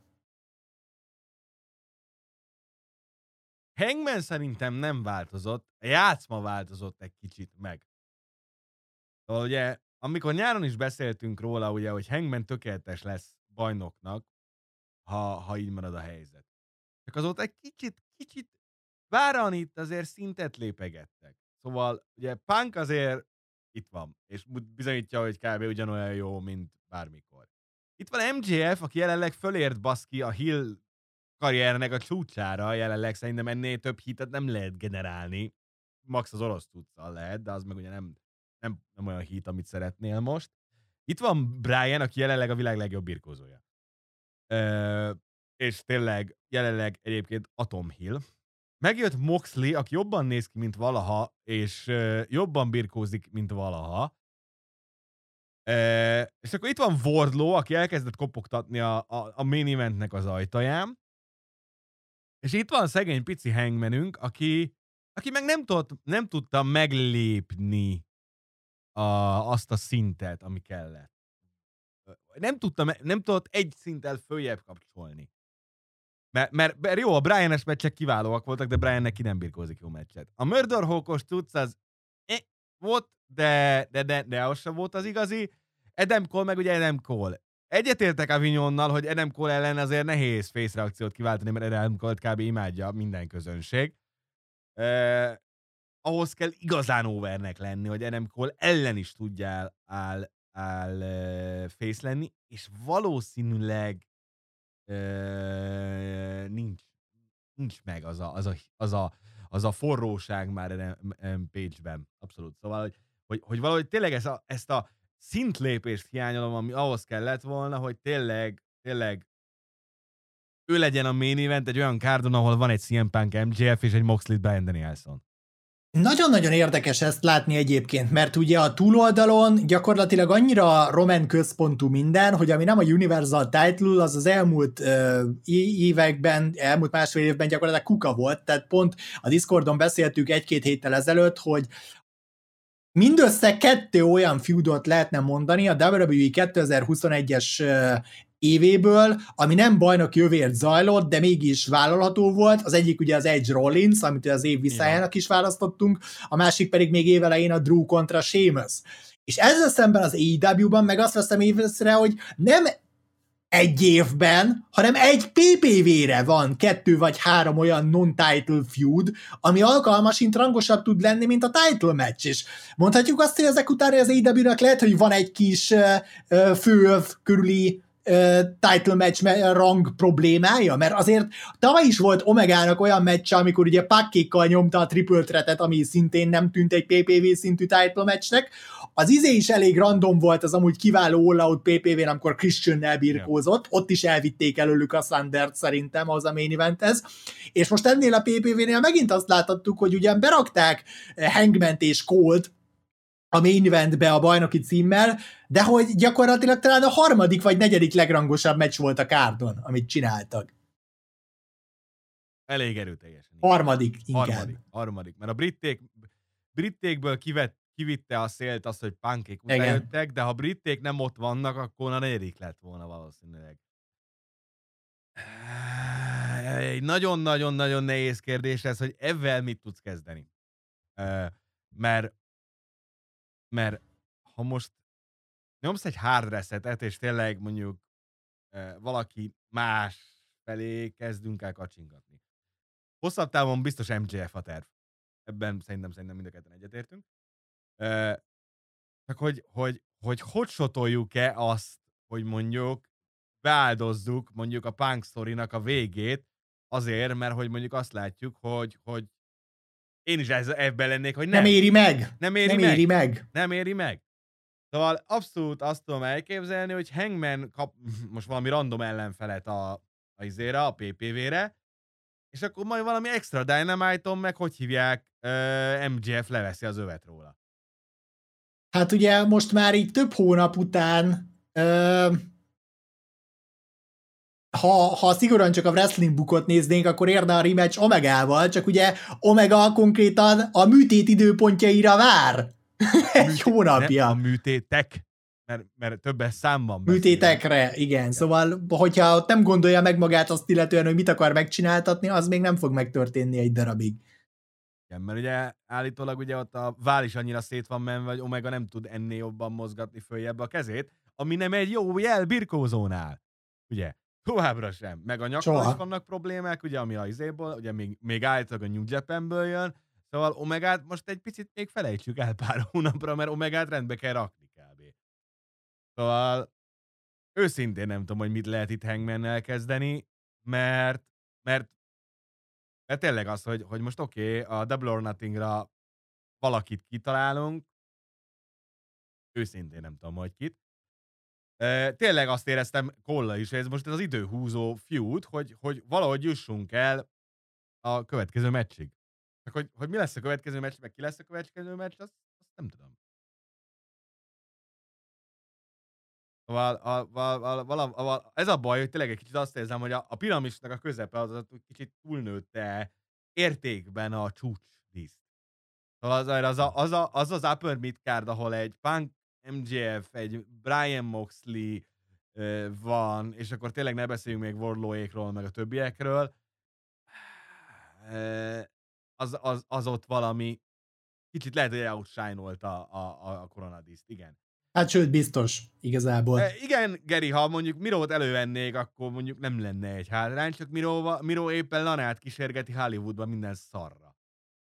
Hangman szerintem nem változott, a játszma változott egy kicsit meg. Szóval ugye, amikor nyáron is beszéltünk róla, ugye, hogy Hangman tökéletes lesz bajnoknak, ha, ha így marad a helyzet. Csak azóta egy kicsit, kicsit váran itt azért szintet lépegettek. Szóval ugye Punk azért itt van, és bizonyítja, hogy kb. Ugyanolyan jó, mint bármikor. Itt van em jé ef, aki jelenleg fölért baszki a heel karriernek a csúcsára, jelenleg szerintem ennél több hitet nem lehet generálni. Max az orosz tudszal lehet, de az meg ugye nem, nem, nem olyan hit, amit szeretnél most. Itt van Brian, aki jelenleg a világ legjobb birkózója. Ö, és tényleg jelenleg egyébként Atom Hill. Megjött Moxley, aki jobban néz ki, mint valaha, és ö, jobban birkózik, mint valaha. Ö, és akkor itt van Wardlow, aki elkezdett kopogtatni a, a, a main eventnek az ajtaján. És itt van szegény pici Hangmanünk, aki, aki meg nem, tudott, nem tudta meglépni a, azt a szintet, ami kellett. Nem, tudta, nem tudott egy szinttel följebb kapcsolni. Mert, mert, mert jó, a Brian-es meccsek kiválóak voltak, de Brian-nek ki nem birkózik jó meccset. A Murder Hawk-os tudsz, az eh, volt, de, de, de, de az sem volt az igazi. Adam Cole meg ugye Adam Cole. Egyetértek Avignonnal, hogy Adam Cole ellen azért nehéz face reakciót kiváltani, mert Adam Cole-t kb. Imádja minden közönség. Eh, ahhoz kell igazán overnek lenni, hogy Adam Cole ellen is tudjál áll, áll uh, face lenni, és valószínűleg uh, nincs, nincs meg az a, az a, az a, az a forróság már Adam Page-ben. Abszolút. Szóval, hogy, hogy, hogy valahogy tényleg ezt a, ezt a szintlépést hiányolom, ami ahhoz kellett volna, hogy tényleg, tényleg ő legyen a main event egy olyan kárdon, ahol van egy cé em Punk em jé ef és egy Moxley Bryan Danielson. Nagyon-nagyon érdekes ezt látni egyébként, mert ugye a túloldalon gyakorlatilag annyira Roman központú minden, hogy ami nem a Universal Title, az az elmúlt uh, években, elmúlt másfél évben gyakorlatilag kuka volt, tehát pont a Discordon beszéltük egy-két héttel ezelőtt, hogy mindössze kettő olyan feudot lehetne mondani a dupla vé dupla vé e kétezer-huszonegyes uh, évéből, ami nem bajnoki jövért zajlott, de mégis vállalható volt. Az egyik ugye az Edge Rollins, amit az év visszájának is választottunk, a másik pedig még évelején a Drew kontra Sheamus. És ezzel szemben az á e dupla vé-ben meg azt veszem észre, hogy nem egy évben, hanem egy pé pé vé-re van kettő vagy három olyan non-title feud, ami alkalmasint rangosabb tud lenni, mint a title match is. Mondhatjuk azt, hogy ezek után az á e dupla vé-nak lehet, hogy van egy kis uh, uh, főöv körüli Uh, title match rang problémája, mert azért tavaly is volt Omegának olyan meccse, amikor ugye Packékkal nyomta a triple threatet, ami szintén nem tűnt egy pé pé vé szintű title matchnek. Az izé is elég random volt, az amúgy kiváló all-out pé pé vén, amikor Christian-nel birkózott, ott is elvitték előlük a Thundert szerintem az a main eventhez, és most ennél a pé pé vé-nél megint azt láthattuk, hogy ugyan berakták Hangman-t és Colt a main eventbe a bajnoki címmel, de hogy gyakorlatilag talán a harmadik vagy negyedik legrangosabb meccs volt a kárdon, amit csináltak. Elég erőteljesen. Harmadik inkább. Harmadik, harmadik. Mert a britték, brittékből kivett, kivitte a szélt azt, hogy punkék után jöttek, de ha britték nem ott vannak, akkor a negyedik lett volna valószínűleg. Egy nagyon-nagyon-nagyon nehéz kérdés ez, hogy ezzel mit tudsz kezdeni. Mert, mert ha most nyomsz egy hard resetet, és tényleg mondjuk valaki más felé kezdünk el kacsingatni. Hosszabb távon biztos em jé ef a terv. Ebben szerintem, szerintem mind a ketten egyetértünk. Csak hogy hogy, hogy, hogy sotoljuk-e azt, hogy mondjuk beáldozzuk mondjuk a Punk sztorinak a végét azért, mert hogy mondjuk azt látjuk, hogy, hogy én is ez, ebben lennék, hogy nem. Nem éri meg. Nem éri, nem meg. éri meg. Nem éri meg. Szóval abszolút azt tudom elképzelni, hogy Hangman kap most valami random ellenfelet a, a izére, a pé pé vé-re, és akkor majd valami extra Dynamite-on meg, hogy hívják, uh, em jé ef leveszi az övet róla. Hát ugye most már így több hónap után uh, ha, ha szigorúan csak a wrestling bookot néznénk, akkor érne a rematch Omegával, csak ugye Omega konkrétan a műtét időpontjaira vár. Egy Műté- hónapja. A műtétek, mert, mert többes számban beszél. Műtétekre, igen. Ja. Szóval, hogyha ott nem gondolja meg magát azt illetően, hogy mit akar megcsináltatni, az még nem fog megtörténni egy darabig. Igen, mert ugye állítólag ugye ott a váll is annyira szét van menve, hogy Omega nem tud ennél jobban mozgatni följebb a kezét, ami nem egy jó jel birkózónál. Ugye? Továbbra sem. Meg a nyakkal is vannak problémák, ugye, ami a izéból, ugye még, még állítólag a New Japanből jön, szóval Omegát most egy picit még felejtsük el pár hónapra, mert Omegát rendbe kell rakni kb. Szóval őszintén nem tudom, hogy mit lehet itt Hangmannel kezdeni, mert, mert, mert tényleg az, hogy, hogy most oké, okay, a Double or Nothing-ra valakit kitalálunk, őszintén nem tudom, hogy kit. E, tényleg azt éreztem Colla is, hogy ez most ez az időhúzó feud, hogy, hogy valahogy jussunk el a következő meccsig. Csak hogy, hogy mi lesz a következő meccs, meg ki lesz a következő meccs, azt, azt nem tudom. Val, a, val, val, val, val, ez a baj, hogy tényleg egy kicsit azt érzem, hogy a, a piramisnak a közepe az, az kicsit túlnőtte értékben a csúcs díszt. Szóval az az, a, az, a, az az upper midcard, ahol egy Punk em jé ef, egy Brian Moxley uh, van, és akkor tényleg ne beszéljünk még Wardlow-ékról, meg a többiekről. Uh, az, az, az ott valami kicsit lehet, hogy outshine-olta a, a, a koronadíszt, igen. Hát sőt, biztos, igazából. E, igen, Geri, ha mondjuk Mirót elővennék, akkor mondjuk nem lenne egy hátrány, csak Miró, Miró éppen Lanát kísérgeti Hollywoodban minden szarra.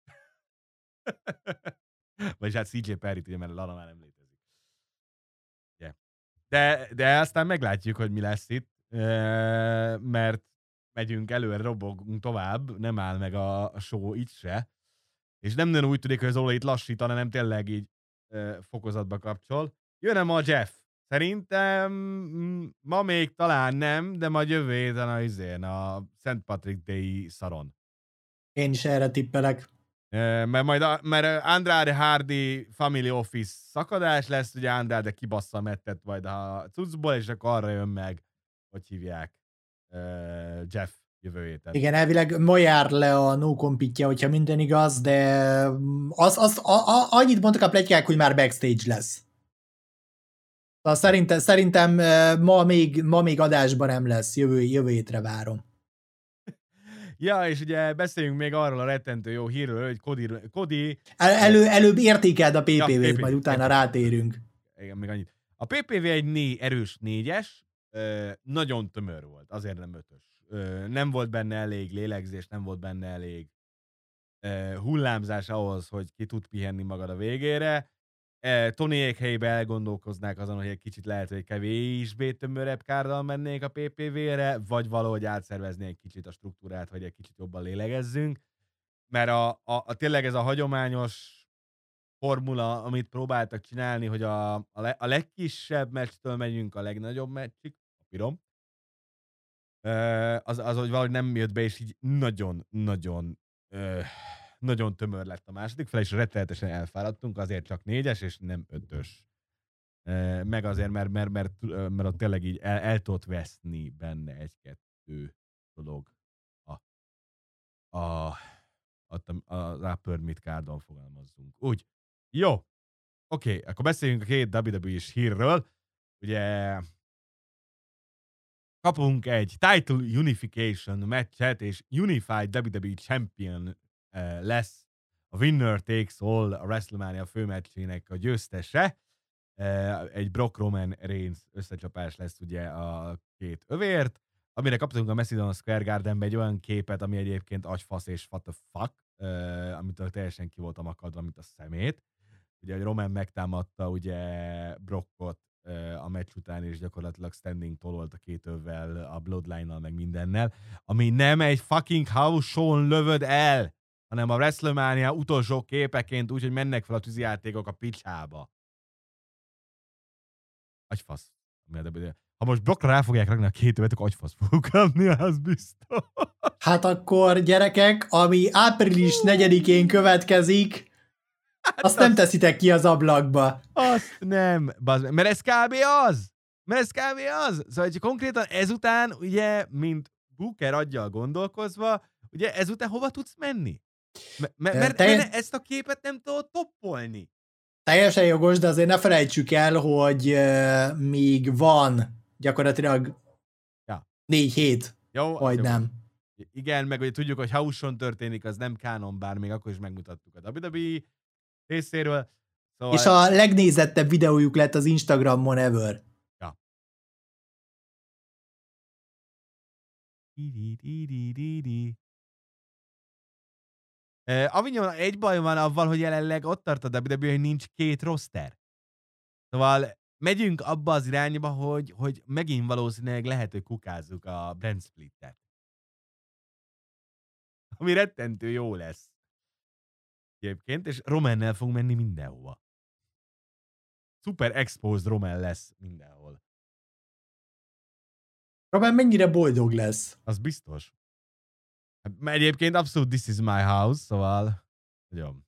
Vagyis hát cé jé Perryt, ugye, mert Lana már nem létezik. Yeah. De, de aztán meglátjuk, hogy mi lesz itt, mert megyünk előre, robogunk tovább, nem áll meg a, a show itt se, és nem nagyon úgy tűnik, hogy az Ola itt lassít, hanem tényleg így fokozatba kapcsol. Jön-e ma Jeff? Szerintem ma még talán nem, de majd jövő héten a, izén, a Szent Patrick Day szaron. Én is erre tippelek. E, mert majd a, mert Andrade Hardy Family Office szakadás lesz, ugye Andrade kibassza a mettet majd a cuccból, és akkor arra jön meg, hogy hívják e, Jeff jövő héten. Igen, elvileg ma jár le a no compete-je, hogyha minden igaz, de az, az, a, a, annyit mondtak a pletykák, hogy már backstage lesz. Szerintem, szerintem ma, még, ma még adásban nem lesz, jövő, jövő hétre várom. Ja, és ugye beszéljünk még arról a rettentő jó hírről, hogy Cody... Cody... El, elő, előbb értékeld a pé pé vét, ja, majd utána rátérünk. Igen, még annyit. A pé pé vé egy né, erős négyes, ö, nagyon tömör volt, azért nem ötös. Ö, nem volt benne elég lélegzés, nem volt benne elég ö, hullámzás ahhoz, hogy ki tud pihenni magad a végére. Tonyék helyébe elgondolkoznák azon, hogy egy kicsit lehet, hogy kevésbé tömörebb kárdal mennék a pé pé vé-re, vagy valahogy átszervezni egy kicsit a struktúrát, hogy egy kicsit jobban lélegezzünk. Mert a, a, a tényleg ez a hagyományos formula, amit próbáltak csinálni, hogy a, a, le, a legkisebb meccstől megyünk a legnagyobb meccsig, papírom, az, az, hogy valahogy nem jött be, és így nagyon-nagyon nagyon tömör lett a második fel, és rettenetesen elfáradtunk, azért csak négyes, és nem ötös. Meg azért, mert, mert, mert, mert ott tényleg így el, el tudott veszni benne egy-kettő dolog. A, a, a, a Permit Cardon fogalmazzunk. Úgy. Jó. Oké, okay, akkor beszéljünk a két dupla vé dupla é-s hírről. Ugye kapunk egy Title Unification matchet, és Unified dupla vé dupla é Champion uh, lesz a Winner Takes All a WrestleMania főmeccsének a győztese. Uh, egy Brock Roman Reigns összecsapás lesz ugye a két övért, amire kaptunk a Macedon Square Gardenbe egy olyan képet, ami egyébként agyfasz és what the fuck, uh, amitől teljesen ki voltam akadva, mint a szemét. Ugye, hogy Roman megtámadta ugye Brockot uh, a meccs után, és gyakorlatilag standing tololt a két övvel, a Bloodline-nal, meg mindennel, ami nem egy fucking house show-n lövöd el, hanem a WrestleMania utolsó képeként, úgyhogy mennek fel a tűzijátékok a picsába. Agyfasz. Ha most Brockra rá fogják rakni a két övet, akkor agyfasz fogok kapni, az biztos. Hát akkor gyerekek, ami április negyedikén következik, hát azt az... nem teszitek ki az ablakba. Azt nem, bazd, mert ez kb. Az. Mert ez kb. Az. Szóval, hogy konkrétan ezután, ugye, mint Booker aggyal gondolkozva, ugye ezután hova tudsz menni? M- mert, Te... mert ezt a képet nem tudod toppolni. Teljesen jogos, de azért ne felejtsük el, hogy uh, még van gyakorlatilag ja. négy hét, jó, vagy nem. Igen, meg hogy tudjuk, hogy house-on történik, az nem kánon, bár még akkor is megmutattuk a dupla vé dupla é részéről. Szóval... És a legnézettebb videójuk lett az Instagramon ever. Ja. Uh, Avignon egy baj van avval, hogy jelenleg ott tart a dupla vé dupla é, hogy nincs két roster. Szóval megyünk abba az irányba, hogy, hogy megint valószínűleg lehet, hogy kukázzuk a brand splittet. Ami rettentő jó lesz. Egyébként, és Romannel fog menni mindenhova. Super exposed Roman lesz mindenhol. Roman mennyire boldog lesz? Az biztos. Mert egyébként abszolút this is my house, szóval... Nagyon.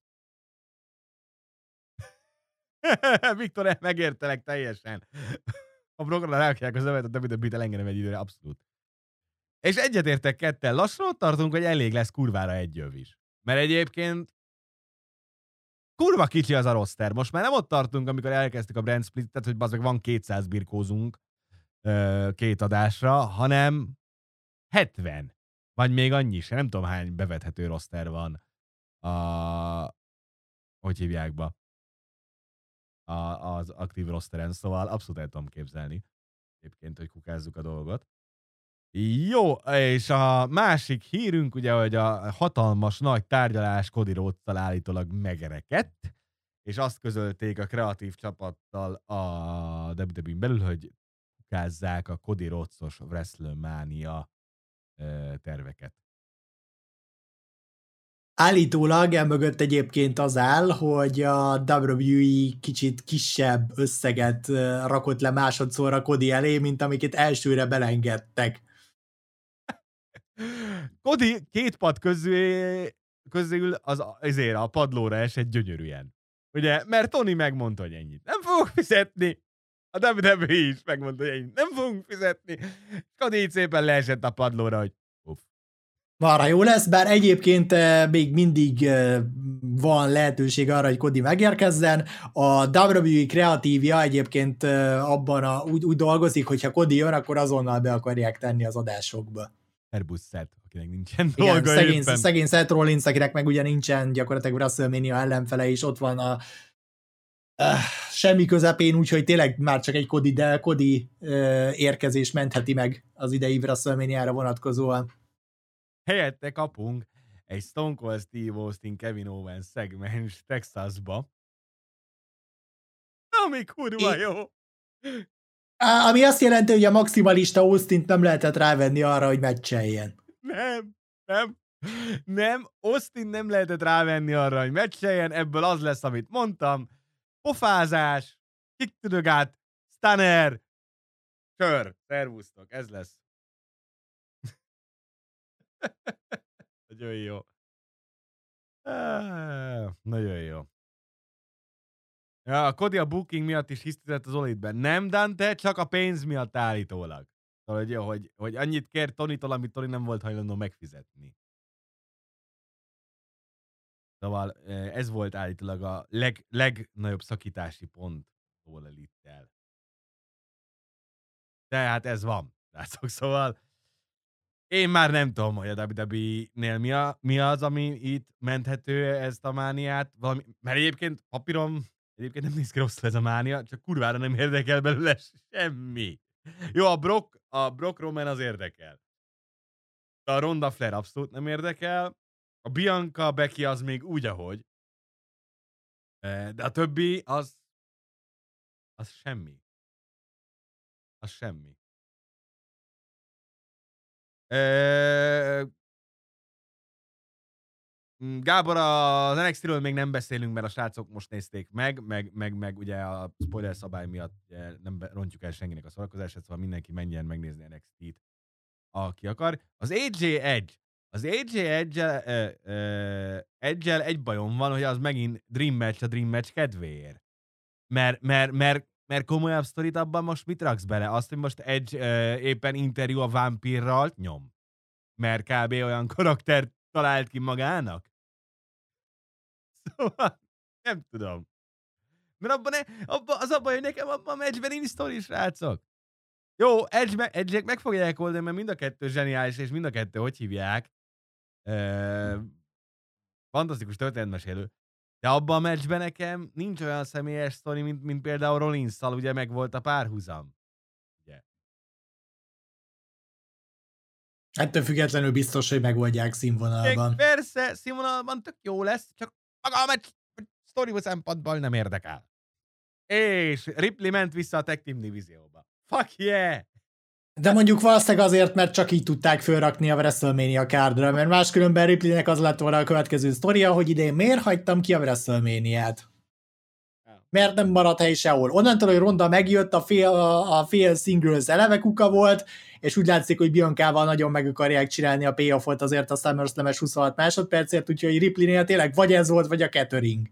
Viktor, megértelek teljesen. A Brockra rákják az övet, a dupla vé dupla é-t elengedem egy időre, abszolút. És egyetértek kettel, lassan ott tartunk, hogy elég lesz kurvára egy öv is. Mert egyébként kurva kicsi az a roster. Most már nem ott tartunk, amikor elkezdtük a brand splittet, hogy bazd meg van kétszáz birkózunk két adásra, hanem hetven. Vagy még annyi sem. Nem tudom, hány bevethető roster van a... hogy hívják be? A, az aktív rosteren, szóval abszolút el tudom képzelni egyébként, hogy kukázzuk a dolgot. Jó, és a másik hírünk ugye, hogy a hatalmas nagy tárgyalás Cody Rhodes-szal állítólag megrekedt, és azt közölték a kreatív csapattal a dupla vé dupla é-n belül, hogy kukázzák a Cody Rhodes-os WrestleMania terveket. Állítólag emögött egyébként az áll, hogy a dupla vé dupla é kicsit kisebb összeget rakott le másodszorra Cody elé, mint amiket elsőre belengedtek. Cody két pad közül, közül az, azért a padlóra esett gyönyörűen. Ugye, mert Tony megmondta, hogy ennyit nem fogok fizetni. A dupla vé dupla é is megmondta, hogy ennyit nem fogunk fizetni. Cody így szépen leesett a padlóra, hogy uff. Marha jó lesz, bár egyébként még mindig van lehetőség arra, hogy Cody megérkezzen. A dupla vé dupla é kreatívja egyébként abban a, úgy, úgy dolgozik, hogyha Cody jön, akkor azonnal be akarják tenni az adásokba. Airbus Seth, akinek nincsen igen, dolga szegény, éppen. szegény Seth Rollins, akinek meg ugye nincsen gyakorlatilag WrestleMania ellenfele, és ott van a uh, semmi közepén, úgyhogy tényleg már csak egy Cody, de Cody uh, érkezés mentheti meg az idei WrestleMania-ra vonatkozóan. Helyette kapunk egy Stone Cold Steve Austin Kevin Owens szegmens Texasba, ami kurva é- jó. Ami azt jelenti, hogy a maximalista Austin-t nem lehetett rávenni arra, hogy meccseljen. Nem, nem, nem, Austin nem lehetett rávenni arra, hogy meccseljen, ebből az lesz, amit mondtam. Pofázás, kick to the gut, stunner, kör, szervusztok, ez lesz. Nagyon jó. Nagyon jó. Ja, a Cody a booking miatt is hisztizett az Olitben. Nem, Dante, csak a pénz miatt állítólag. Szóval, hogy, hogy, hogy annyit kér Tonytól, amit Tony nem volt hajlandó megfizetni. Szóval ez volt állítólag a leg, legnagyobb szakítási pont All Elite-tel. Tehát ez van. Látszik, szóval én már nem tudom, hogy a dupla dupla é-nél mi, a, mi az, ami itt menthető ezt a mániát. Valami, mert egyébként papíron egyébként nem néz ki rosszul ez a mánia, csak kurvára nem érdekel belőle semmi. Jó, a Brock, a Brock Roman az érdekel. A Ronda Flair abszolút nem érdekel. A Bianca Becky az még úgy, ahogy. De a többi az az semmi. Az semmi. Ö... Gábor, az en iksz té-ről még nem beszélünk, mert a srácok most nézték meg, meg, meg, meg ugye a spoiler szabály miatt ugye nem rontjuk el senkinek a szórakozását, szóval mindenki menjen megnézni en iksz té-t, aki akar. Az á jé Edge. Az á jé Edge-el, Edge-el egy bajom van, hogy az megint Dream Match a Dream Match kedvéért. Mert, mert, mert, mert komolyabb sztorit abban most mit raksz bele? Azt, hogy most Edge uh, éppen interjú a vámpírral nyom. Mert kb. Olyan karaktert talált ki magának. Szóval nem tudom. Mert abban, ne, abban az abban, hogy nekem abban a meccsben nincs sztori, srácok. Jó, Edge, Edge-ek meg fogják oldani, mert mind a kettő zseniális, és mind a kettő, hogy hívják, uh, fantasztikus történetmesélő. De abban a meccsben nekem nincs olyan személyes sztori, mint, mint például Rollins-szal, ugye meg volt a párhuzam. Ugye. Ettől függetlenül biztos, hogy megoldják színvonalban. Még persze, színvonalban tök jó lesz, csak maga a meccs sztori szempontból nem érdekel. És Ripley ment vissza a Tag Team divízióba. Fuck yeah! De mondjuk valószínűleg azért, mert csak így tudták fölrakni a WrestleMania cardra, mert máskülönben Ripleynek az lett volna a következő sztoria, hogy idén miért hagytam ki a WrestleManiát. Miért nem maradt hely sehol. Onnantól, hogy Ronda megjött, a fél, a fél singles eleve kuka volt, és úgy látszik, hogy Biancával nagyon meg akarják csinálni a payoffot azért a SummerSlam-es huszonhat másodpercért, úgyhogy Ripleynél tényleg vagy ez volt, vagy a catering.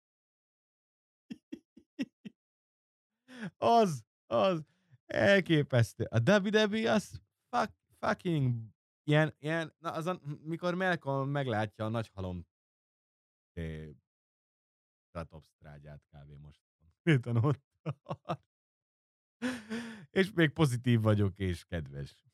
Az, az. Elképesztő. A dupla dupla é az fuck, fucking ilyen, ilyen, na azon, mikor Malcolm meglátja a nagy halom Ratopstrágyát kávé most. Ott. És még pozitív vagyok, és kedves.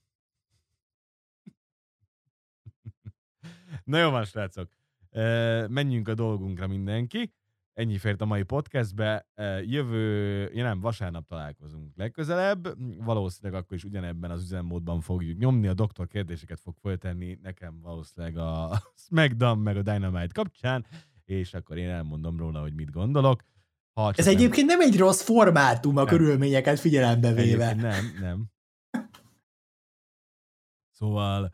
Na jó van, srácok. Menjünk a dolgunkra mindenki. Ennyi fért a mai podcastbe. Jövő, ja nem, vasárnap találkozunk legközelebb. Valószínűleg akkor is ugyanebben az üzemmódban fogjuk nyomni. A doktor kérdéseket fog föltenni nekem valószínűleg a SmackDown meg a Dynamite kapcsán, és akkor én elmondom róla, hogy mit gondolok. Ha Ez egyébként nem egy rossz formátum a nem. körülményeket figyelembe véve. Egyébként nem, nem. Szóval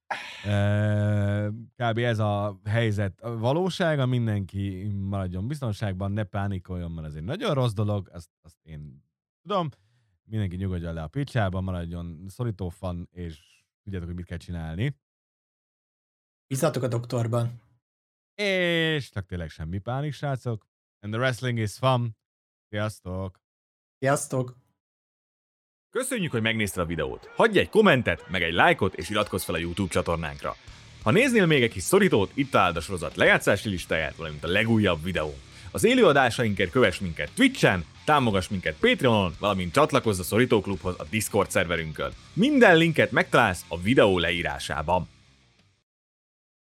kb. Ez a helyzet a valósága, mindenki maradjon biztonságban, ne pánikoljon, mert ez egy nagyon rossz dolog, azt, azt én tudom, mindenki nyugodjon le a picsába, maradjon szorító fan, és tudjátok, hogy mit kell csinálni. Bízzatok a doktorban. És csak tényleg semmi pánik, srácok. And the wrestling is fun. Sziasztok! Sziasztok! Köszönjük, hogy megnézted a videót. Hagyj egy kommentet, meg egy lájkot, és iratkozz fel a YouTube csatornánkra. Ha néznél még egy kis szorítót, itt találd a sorozat lejátszási listáját, valamint a legújabb videónk. Az élőadásainkért kövess minket Twitchen, támogass minket Patreonon, valamint csatlakozz a Szorító Klubhoz a Discord szerverünkön. Minden linket megtalálsz a videó leírásában.